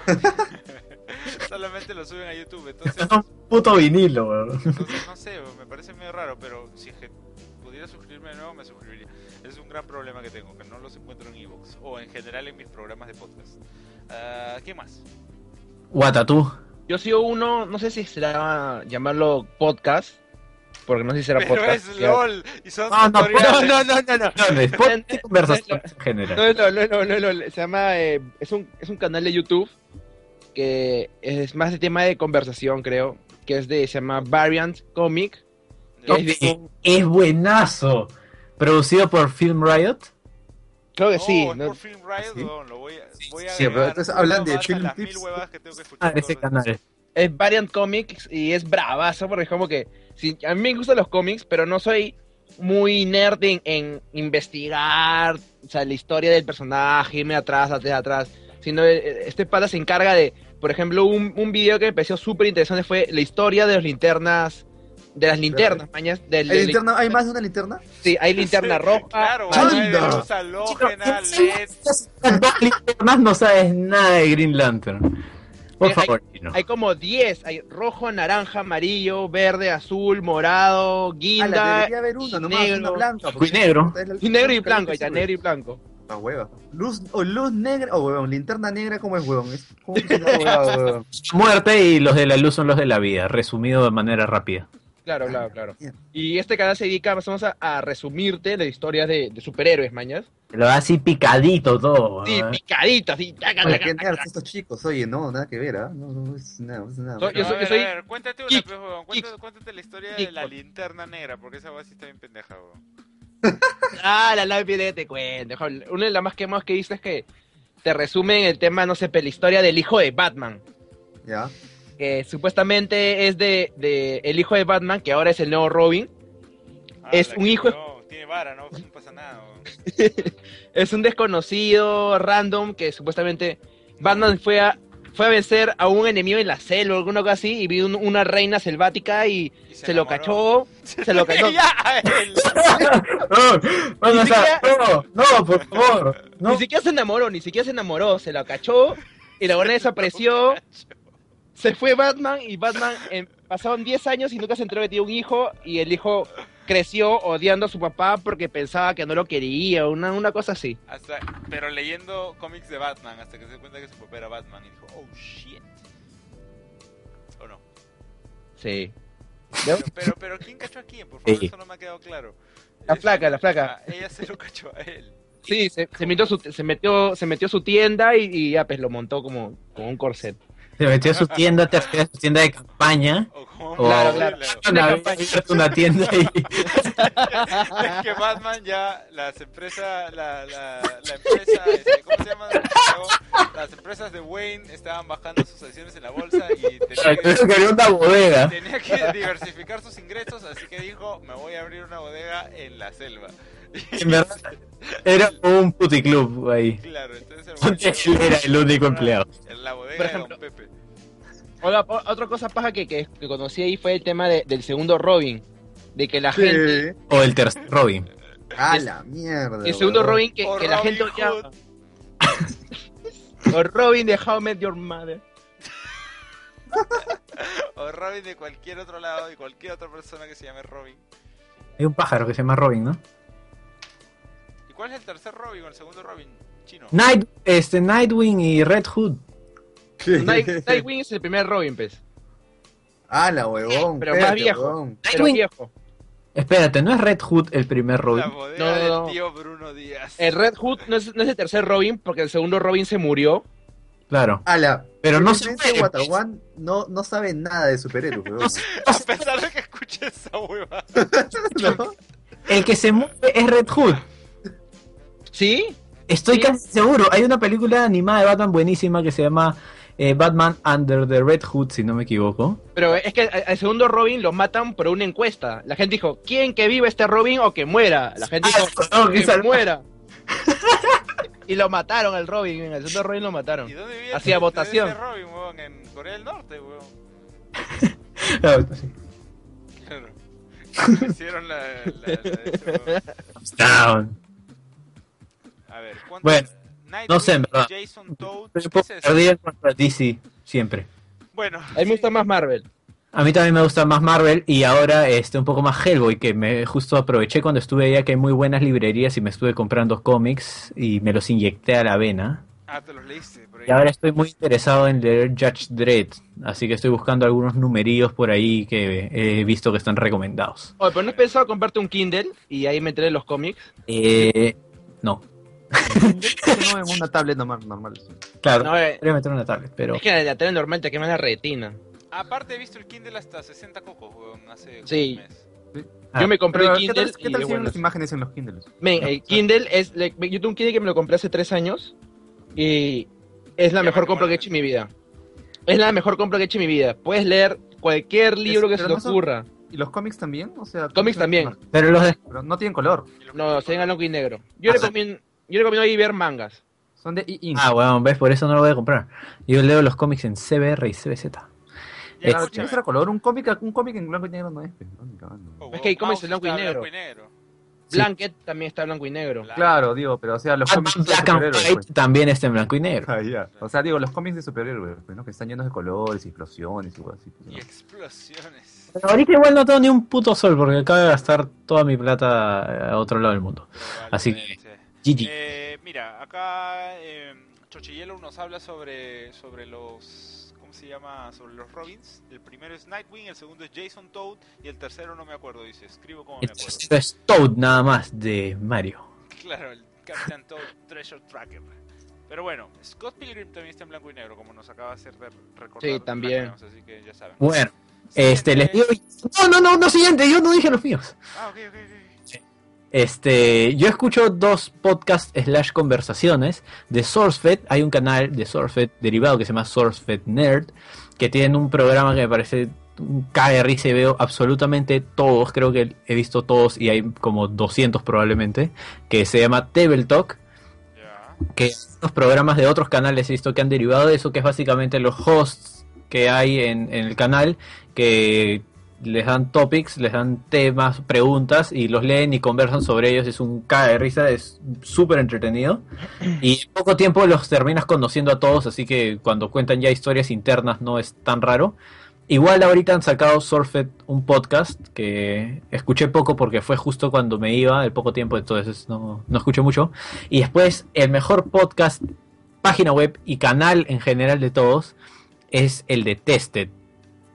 Solamente lo suben a YouTube. Entonces, Un puto vinilo, weón. entonces no sé, me parece medio raro. Pero si es que pudiera suscribirme de nuevo, me suscribiría. Es un gran problema que tengo, que no los encuentro en iVoox o en general en mis programas de podcast. Ah, ¿Qué más? Guatatú. Yo sigo uno, no sé si será llamarlo podcast, porque no sé si será Pero podcast. es ya. LOL y son Ah, no, tutoriales. No, no, no, no, no. No, después de conversación en general. No, no, no, no, no, no, se llama, eh, es, un, es un canal de YouTube que es más de tema de conversación, creo, que es de, se llama Variant Comic. Ya. Es Es, es buenazo. Producido por Film Riot. Creo que No, sí, es ¿no? por Film Riot, ¿Sí? weón, lo voy a, voy a Sí, pero agregar entonces hablan de más a film las mil tips. huevadas que tengo que escuchar Ah, ese todos los días. canal. Es Variant Comics y es bravazo porque es como que sí, a mí me gustan los cómics, pero no soy muy nerd en, en investigar, o sea, la historia del personaje, irme atrás, atrás, atrás, sino eh, este pata se encarga de, por ejemplo, un, un video que me pareció súper interesante fue la historia de las linternas, de las linternas, mañas, del, ¿Hay, del- linterna? ¿Hay más de una linterna? sí, hay linterna Sí, roja, Claro, amarilla, weón, hay ¡Anda! luz halógena, L E D. Más no sabes nada de Green Lantern. Por Hay- favor, Chino. hay como diez, hay rojo, naranja, amarillo, verde, azul, morado, Ah, la guinda, debería haber una, nomás negro. una blanca. Blanco y negro. y negro y blanco, ahí está, negro y blanco. Ah, hueva. Luz, o luz negra, o huevón, linterna negra, ¿cómo es huevón? Es, ¿cómo es una huevada, huevón? Muerte y los de la luz son los de la vida, resumido de manera rápida. Claro, claro, claro. Bien. Y este canal se dedica más o menos a, a resumirte las historias de, de superhéroes, mañas. Lo da así picadito todo. Sí, ¿no? picadito, así. taca, Oye, taca, qué taca. nerds estos chicos, oye, no, nada que ver, ¿ah? No, no, es nada, es nada. Soy- No, yo a soy- ver, soy- a ver, cuéntate una, geek, pues, weón, cuéntate, cuéntate la historia de geek, la por- linterna negra, porque esa weá sí está bien pendeja, weón. Ah, la la que te cuento. joder. Una de las más que más que he visto es que te resumen el tema, no sé, pero la historia del hijo de Batman. Ya. Que supuestamente es de, de el hijo de Batman, que ahora es el nuevo Robin. Ah, Es la un que hijo- no, tiene vara, no, no pasa nada, weón. Es un desconocido random que supuestamente Batman fue a, fue a vencer a un enemigo en la selva o alguna cosa así y vio un- una reina selvática y, Y se, lo enamoró. cachó. Se lo cachó. Ya, a él. No, vamos Ni a- siquiera- no, no, por favor. No. Ni siquiera se enamoró, ni siquiera se enamoró, se lo cachó y la buena desapareció. Se fue Batman y Batman eh, pasaron diez años y nunca se enteró que tenía un hijo y el hijo creció odiando a su papá porque pensaba que no lo quería, una, una cosa así. Hasta, pero leyendo cómics de Batman, hasta que se dio cuenta que su papá era Batman y dijo, oh shit. ¿O no? Sí. Pero, pero, pero ¿quién cachó a quién? Por favor, Sí. eso no me ha quedado claro. La flaca, la flaca. Ah, ella se lo cachó a él. Sí, se, se metió su, se metió, se metió su tienda y, y ya pues lo montó como, como un corset. Se metió a su tienda, te hacía su tienda de campaña. O como O Claro, claro. Una vez abierto una tienda y Es que Batman ya, las empresas, la, la, la empresa, este, ¿cómo se llama? Las empresas de Wayne estaban bajando sus acciones en la bolsa y tenía que, creo que había una bodega. tenía que diversificar sus ingresos, así que dijo, me voy a abrir una bodega en la selva. En verdad, era un puticlub ahí. Claro, entonces el Donde bolsillo- él era el único empleado. En la bodega Por de ejemplo, Don Pepe. Otra, otra cosa paja que, que, que conocí ahí fue el tema de- del segundo Robin. De que la gente. O el tercer Robin. A la mierda. El segundo weón. Robin que, O que la Robin gente Hood. odiaba. O Robin de How I Met Your Mother. O Robin de cualquier otro lado, de cualquier otra persona que se llame Robin. Hay un pájaro que se llama Robin, ¿no? ¿Y cuál es el tercer Robin o el segundo Robin chino? Night, este, Nightwing y Red Hood. Night, Nightwing es el primer Robin, pues. A la huevón. Pero más espérate, viejo. huevón. Pero Nightwing. viejo. Espérate, ¿no es Red Hood el primer La Robin? bodega No, no, del no. tío Bruno Díaz. El Red Hood no es, no es el tercer Robin porque el segundo Robin se murió. Claro. A la. Pero no se Ese muere. Guataguán no, no sabe nada de superhéroes, huevón. A pesar de que escuché esa hueva. ¿No? El que se mueve es Red Hood. ¿Sí? Estoy Sí. casi seguro. Hay una película animada de Batman buenísima que se llama eh, Batman Under the Red Hood, si no me equivoco. Pero es que al al segundo Robin lo matan por una encuesta. La gente dijo, ¿quién que viva este Robin o que muera? La gente dijo, Ah, no, que que sal- muera. Y lo mataron al Robin, en el segundo Robin lo mataron. ¿Y dónde vivía Hacía ese- votación. ese Robin, huevón? En Corea del Norte, huevón. Ah, sí. Claro. Hicieron la, la, la de ese huevón. Down. A ver, ¿cuántos? Bueno, Nightwing, no sé, en verdad. Jason Toad. Pero ¿Qué es eso? perdí contra D C siempre. Bueno, A mí me gusta más Marvel. A mí también me gusta más Marvel y ahora este un poco más Hellboy, que me justo aproveché cuando estuve allá que hay muy buenas librerías y me estuve comprando cómics y me los inyecté a la vena. Ah, te los leíste por ahí. Y ahora estoy muy interesado en leer Judge Dredd, así que estoy buscando algunos numerillos por ahí que he visto que están recomendados. Oye, pero ¿no has pensado comprarte un Kindle y ahí meterle los cómics? Eh, no, No, en una tablet normal. normal. claro, No, eh, podría meter una tablet, pero es que en la tele normal te quema la retina. Aparte he visto el Kindle hasta sesenta cocos, weón, hace Sí. un mes. Ah, Yo me compré Pero, el ¿qué Kindle tal, ¿qué y tal es si ven bueno. las imágenes en los Kindles? Men, el Kindle es... le- Yo tuve un Kindle que me lo compré hace tres años y es la Ya, mejor qué compra que he bueno. hecho en mi vida. Es la mejor compra que he hecho en mi vida. Puedes leer cualquier libro que se pero te no son- ocurra. ¿Y los cómics también? O sea, Cómics también. pero los de- Pero no tienen color. Y los No, colores, se ven a blanco y negro. Yo Ajá. recomiendo, yo recomiendo ahí ver mangas. Son de e-ink. Ah, bueno, ves, por eso no lo voy a comprar. Yo leo los cómics en C B R y C B Z. Ya, Claro, escúchame. tiene que ser a color. Un cómic, un cómic en blanco y negro no es. pues, no, ni cagando. Oh, Es que hay weón, cómics en Mouse blanco y está negro. blanco y negro. Sí. Blanket también está blanco y negro. Claro. Claro, digo, pero o sea, los Batman cómics de Black and superhéroes. White Pues. también está en blanco y negro. Ah, ya. O sea, digo, los cómics de superhéroes, pues, ¿no? Que están llenos de colores y explosiones y cosas así. pues, Y ¿no? explosiones. Pero ahorita igual no tengo ni un puto sol porque acabo de gastar toda mi plata a otro lado del mundo. Así que, Probablemente. G G. Eh, mira, acá eh, Chochiyelo nos habla sobre, sobre los... ¿Cómo se llama? Sobre los Robins. El primero es Nightwing, el segundo es Jason Toad y el tercero no me acuerdo, dice. Escribo como me El acuerdo. tercero es Toad nada más de Mario. Claro, el Captain Toad Treasure Tracker. Pero bueno, Scott Pilgrim también está en blanco y negro, como nos acaba de hacer ver- recordar. Sí, también. Black News, así que ya saben. Bueno, este, les digo... No, no, no, no, siguiente, yo no dije los míos. Ah, ok, ok, ok. Este, yo escucho dos podcasts slash conversaciones de SourceFed. Hay un canal de SourceFed derivado que se llama SourceFed Nerd, que tienen un programa que me parece un cae de risa y veo absolutamente todos, creo que he visto todos y hay como doscientos probablemente, que se llama Table Talk, Ya. que los programas de otros canales he visto que han derivado de eso, que es básicamente los hosts que hay en, en el canal, que les dan topics, les dan temas, preguntas y los leen y conversan sobre ellos. Es un caga de risa, es súper entretenido y en poco tiempo los terminas conociendo a todos, así que cuando cuentan ya historias internas no es tan raro. Igual ahorita han sacado SourceFed un podcast que escuché poco porque fue justo cuando me iba, el poco tiempo, entonces no, no escuché mucho. Y después el mejor podcast, página web y canal en general de todos es el de Tested.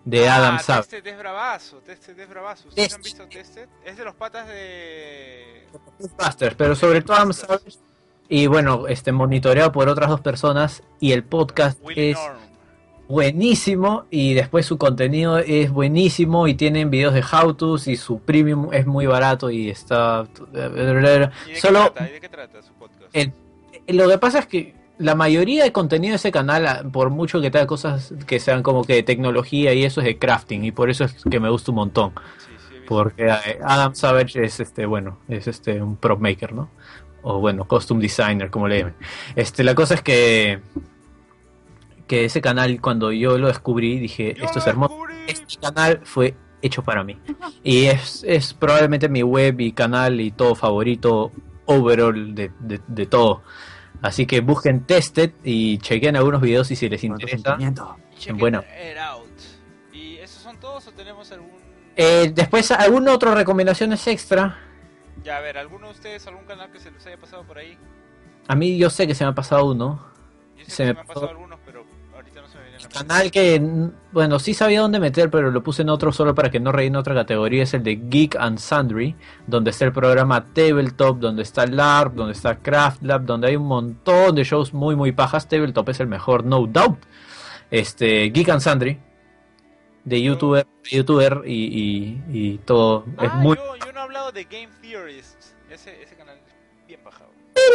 de ah, Adam Savage. Tested es bravazo, Tested es bravazo. ¿Ustedes han Tested. visto Tested? Es de los patas de... Ghostbusters, pero sobre todo Adam Ghostbusters. Savage. Y bueno, este monitoreado por otras dos personas. Y el podcast Willy es Norm. buenísimo. Y después su contenido es buenísimo. Y tienen videos de how-tos. Y su premium es muy barato. Y está. ¿Y de qué Solo. trata? ¿Y de qué trata su podcast? El- lo que pasa es que la mayoría de contenido de ese canal, a- por mucho que tenga cosas que sean como que de tecnología y eso, es de crafting. Y por eso es que me gusta un montón. Sí, sí, he visto. Porque eh, Adam Savage es este, bueno, es este un prop maker, ¿no? O bueno, costume designer, como le llaman. Este, la cosa es que que ese canal, cuando yo lo descubrí, dije, ¡Yo esto lo es hermoso. descubrí! Este canal fue hecho para mí. Y es, es probablemente mi web y canal y todo favorito overall de, de, de todo. Así que busquen Tested y chequen algunos videos y si les interesa. Check bueno. it out. ¿Y esos son todos o tenemos algún...? Eh, después, ¿alguna otra recomendaciones extra? Ya, a ver, ¿alguno de ustedes, algún canal que se les haya pasado por ahí? A mí yo sé que se me ha pasado uno. Yo sé Se que me se me han pasado pasó. algunos, pero ahorita no se me viene a la mente. Canal que, mm, bueno, sí sabía dónde meter, pero lo puse en otro solo para que no rellene otra categoría. Es el de Geek and Sundry, donde está el programa Tabletop, donde está LARP, donde está Craft Lab, donde hay un montón de shows muy, muy pajas. Tabletop es el mejor, no doubt. Este, Geek and Sundry, de youtuber, de youtuber y, y, y todo. Es Ah, muy... yo, yo no he hablado de Game Theorists. Ese, ese canal es bien bajado.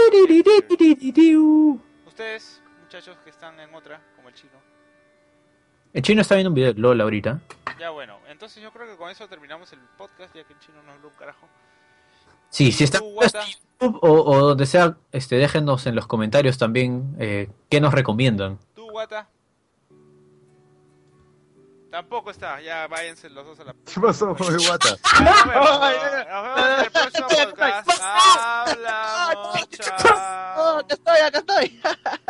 Ustedes, muchachos que están en otra, como el chino. El chino está viendo un video de LOL ahorita. Ya bueno, entonces yo creo que con eso terminamos el podcast, ya que el chino no habló un carajo. Sí, ¿Y si está tú, en Wata? YouTube o, o donde sea, este, déjenos en los comentarios también eh, qué nos recomiendan. ¿Tú, Guata? Tampoco está, ya váyanse los dos a la... ¿Qué pasó con el Wata? Ya, nos vemos, nos vemos en el próximo podcast. Hablamos, Oh, chao. acá estoy, acá estoy.